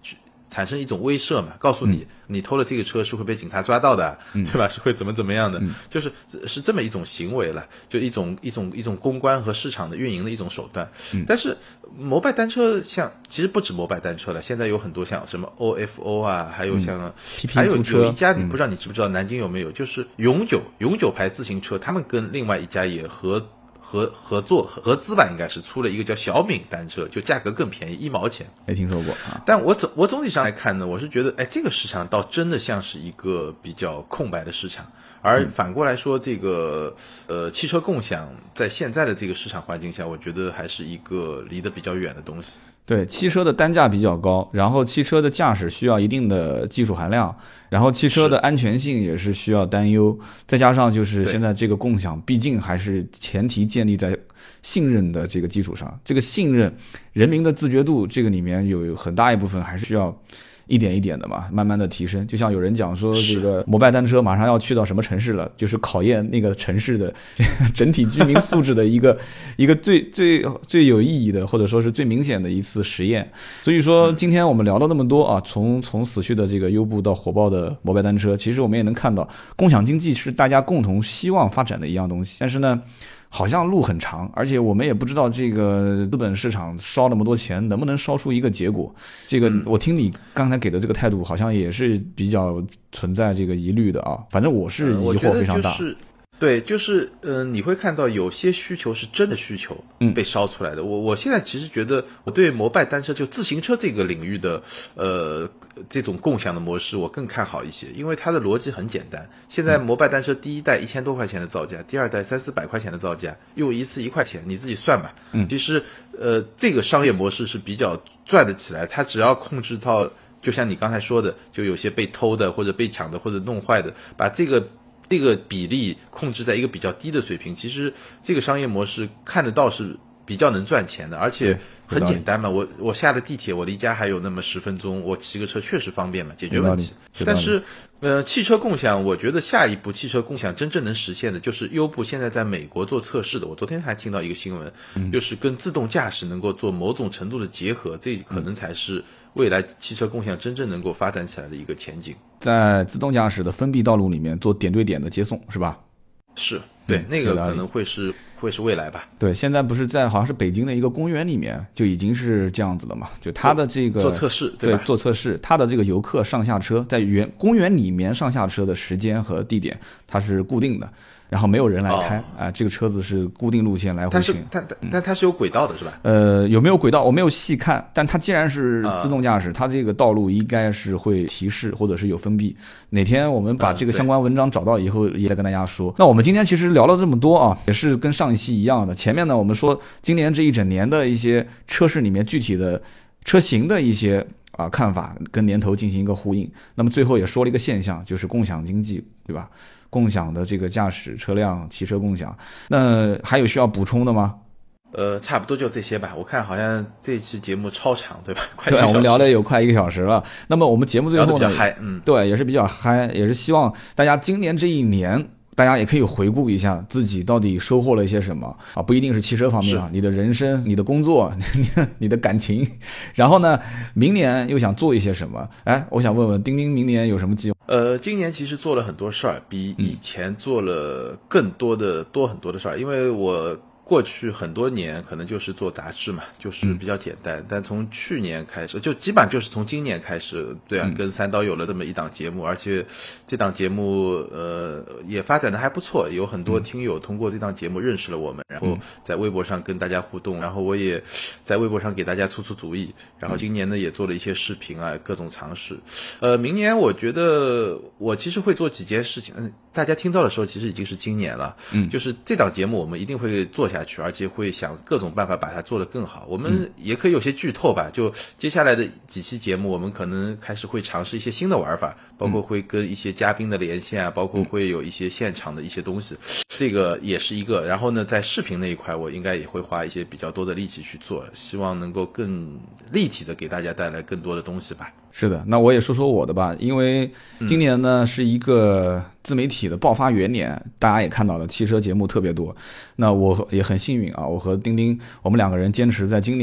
产生一种威慑嘛，告诉你、嗯、你偷了这个车是会被警察抓到的，嗯、对吧？是会怎么怎么样的，嗯、就是是这么一种行为了，就一种一种一种公关和市场的运营的一种手段。嗯、但是摩拜单车像其实不止摩拜单车了，现在有很多像什么 O F O 啊，还有像、嗯、还有有一家你不知道你知不知道南京有没有，就是永久永久牌自行车，他们跟另外一家也合。合合作合资吧，应该是出了一个叫小敏单车，就价格更便宜一毛钱， 没听说过啊。 但我总我总体上来看呢，我是觉得，哎，这个市场倒真的像是一个比较空白的市场，而反过来说，这个呃汽车共享在现在的这个市场环境下，我觉得还是一个离得比较远的东西。 对，汽车的单价比较高，然后汽车的驾驶需要一定的技术含量，然后汽车的安全性也是需要担忧，再加上就是现在这个共享毕竟还是前提建立在信任的这个基础上，这个信任人民的自觉度，这个里面有很大一部分还是需要一点一点的嘛，慢慢的提升。就像有人讲说，这个摩拜单车马上要去到什么城市了，就是考验那个城市的整体居民素质的一个一个最最最有意义的，或者说是最明显的一次实验。所以说，今天我们聊了那么多啊，从从死去的这个优步到火爆的摩拜单车，其实我们也能看到，共享经济是大家共同希望发展的一样东西。但是呢，好像路很长，而且我们也不知道这个资本市场烧那么多钱能不能烧出一个结果。这个我听你刚才给的这个态度，好像也是比较存在这个疑虑的啊。反正我是疑惑非常大。 呃对，就是呃，你会看到有些需求是真的需求被烧出来的。嗯、我我现在其实觉得，我对摩拜单车就自行车这个领域的呃这种共享的模式，我更看好一些，因为它的逻辑很简单。现在摩拜单车第一代一千多块钱的造价，第二代三四百块钱的造价，用一次一块钱，你自己算吧。嗯，其实呃这个商业模式是比较赚得起来，它只要控制到，就像你刚才说的，就有些被偷的或者被抢的或者弄坏的，把这个。这个比例控制在一个比较低的水平，其实这个商业模式看得到是比较能赚钱的，而且很简单嘛。我我下了地铁，我离家还有那么十分钟，我骑个车确实方便嘛，解决问题。但是，呃，汽车共享，我觉得下一步汽车共享真正能实现的，就是优步现在在美国做测试的。我昨天还听到一个新闻，嗯、就是跟自动驾驶能够做某种程度的结合，这可能才是未来汽车共享真正能够发展起来的一个前景。 在自动驾驶的封闭道路里面做点对点的接送，是吧？ 是，对，嗯、那个可能会是会是未来吧。 对，现在不是在好像是北京的一个公园里面就已经是这样子了嘛？就它的这个做测试， 对吧？ 对，做测试，它的这个游客上下车在园公园里面上下车的时间和地点它是固定的。然后没有人来开啊、哦呃，这个车子是固定路线来回行。 但是，但但它是有轨道的，是吧？ 呃，有没有轨道我没有细看，但它既然是自动驾驶，它这个道路应该是会提示或者是有封闭。哪天我们把这个相关文章找到以后，也再跟大家说。那我们今天其实聊了这么多啊，也是跟上一期一样的。前面呢，我们说今年这一整年的一些车市里面具体的车型的一些啊看法，跟年头进行一个呼应。那么最后也说了一个现象，就是共享经济，对吧？共享的这个驾驶车辆、汽车共享，那还有需要补充的吗？ 呃，差不多就这些吧。我看好像这期节目超长，对吧？快对，我们聊了有快一个小时了。那么我们节目最后呢， 聊得比较嗨，嗯， 对，也是比较嗨，也是希望大家今年这一年，大家也可以回顾一下自己到底收获了一些什么啊，不一定是汽车方面啊，你的人生、你的工作、你的你的感情，然后呢，明年又想做一些什么？哎，我想问问丁丁，明年有什么计划？ 呃，今年其实做了很多事儿，比以前做了更多的多很多的事儿，因为我。过去很多年可能就是做杂志嘛，就是比较简单，嗯、但从去年开始，就基本上就是从今年开始，对啊，嗯、跟三刀有了这么一档节目，而且这档节目呃也发展的还不错，有很多听友通过这档节目认识了我们，然后在微博上跟大家互动，然后我也在微博上给大家出出主意，然后今年呢也做了一些视频啊，各种尝试。呃，明年我觉得我其实会做几件事情，嗯，大家听到的时候其实已经是今年了，嗯，就是这档节目我们一定会做下去，而且会想各种办法把它做得更好。我们也可以有些剧透吧，就接下来的几期节目，我们可能开始会尝试一些新的玩法，包括会跟一些嘉宾的连线啊，包括会有一些现场的一些东西，这个也是一个。然后呢，在视频那一块，我应该也会花一些比较多的力气去做，希望能够更立体的给大家带来更多的东西吧。 是的，那我也说说我的吧，因为今年呢、嗯、是一个自媒体的爆发元年，大家也看到了，汽车节目特别多。那我也很幸运啊，我和丁丁我们两个人坚持在今年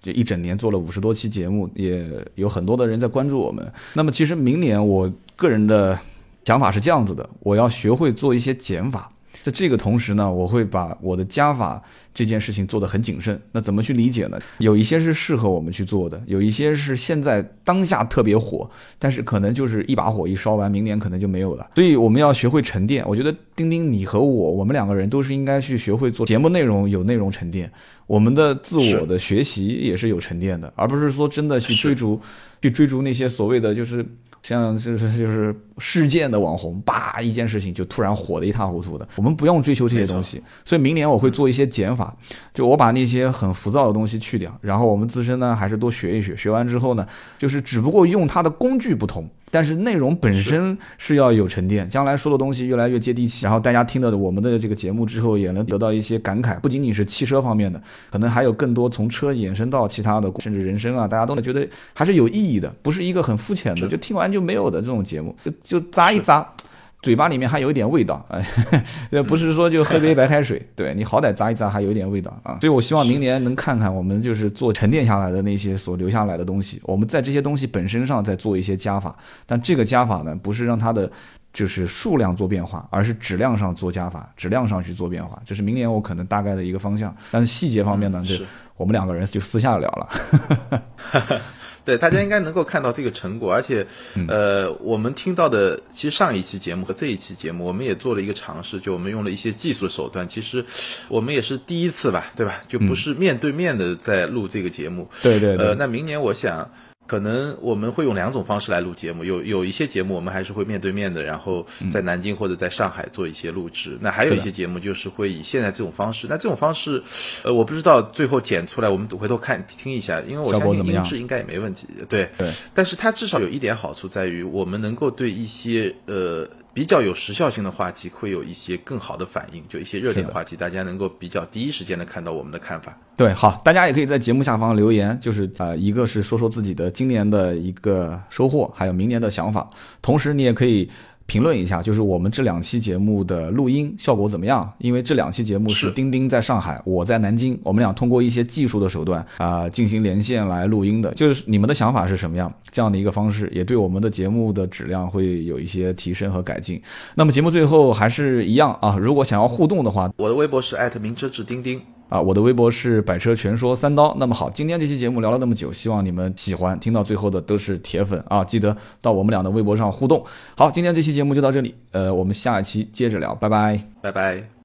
就一整年做了五十多期节目，也有很多的人在关注我们。那么其实明年我个人的想法是这样子的，我要学会做一些减法。在这个同时呢，我会把我的加法这件事情做得很谨慎。那怎么去理解呢？有一些是适合我们去做的，有一些是现在当下特别火，但是可能就是一把火一烧完，明年可能就没有了。所以我们要学会沉淀。我觉得丁丁你和我，我们两个人都是应该去学会做节目内容，有内容沉淀。我们的自我的学习也是有沉淀的，而不是说真的去追逐去追逐那些所谓的就是像就是就是事件的网红，叭一件事情就突然火得一塌糊涂的。我们不用追求这些东西，所以明年我会做一些减法，就我把那些很浮躁的东西去掉，然后我们自身呢还是多学一学，学完之后呢，就是只不过用它的工具不同，但是内容本身是要有沉淀，将来说的东西越来越接地气，然后大家听到我们的这个节目之后也能得到一些感慨，不仅仅是汽车方面的，可能还有更多从车衍生到其他的，甚至人生啊，大家都觉得还是有意义的，不是一个很肤浅的就听完就没有的这种节目，就就咂一咂嘴巴里面还有一点味道，哎，不是说就喝杯白开水，对你好歹咂一咂还有一点味道啊。所以我希望明年能看看我们就是做沉淀下来的那些所留下来的东西，我们在这些东西本身上再做一些加法，但这个加法呢，不是让它的就是数量做变化，而是质量上做加法，质量上去做变化，这是明年我可能大概的一个方向。但是细节方面呢， 嗯、 这我们两个人就私下聊了。 对，大家应该能够看到这个成果，而且，呃，我们听到的，其实上一期节目和这一期节目，我们也做了一个尝试，就我们用了一些技术的手段，其实我们也是第一次吧，对吧？就不是面对面的在录这个节目。 嗯、对对对。 呃，那明年我想，可能我们会用两种方式来录节目，有有一些节目我们还是会面对面的，然后在南京或者在上海做一些录制。嗯、那还有一些节目就是会以现在这种方式。那这种方式，呃，我不知道最后剪出来，我们回头看听一下，因为我相信音质应该也没问题。对对。 但是它至少有一点好处在于，我们能够对一些呃比较有时效性的话题会有一些更好的反应，就一些热点话题，大家能够比较第一时间的看到我们的看法。 对，好，大家也可以在节目下方留言，就是呃，一个是说说自己的今年的一个收获，还有明年的想法，同时你也可以评论一下，就是我们这两期节目的录音效果怎么样？因为这两期节目是丁丁在上海，我在南京，我们俩通过一些技术的手段啊、呃、进行连线来录音的。就是你们的想法是什么样？这样的一个方式也对我们的节目的质量会有一些提升和改进。那么节目最后还是一样啊，如果想要互动的话， 我的微博是艾特名车志丁丁。 啊，我的微博是百车全说三刀。那么好，今天这期节目聊了那么久，希望你们喜欢，听到最后的都是铁粉啊，记得到我们俩的微博上互动。好，今天这期节目就到这里，呃，我们下一期接着聊，拜拜， 拜拜。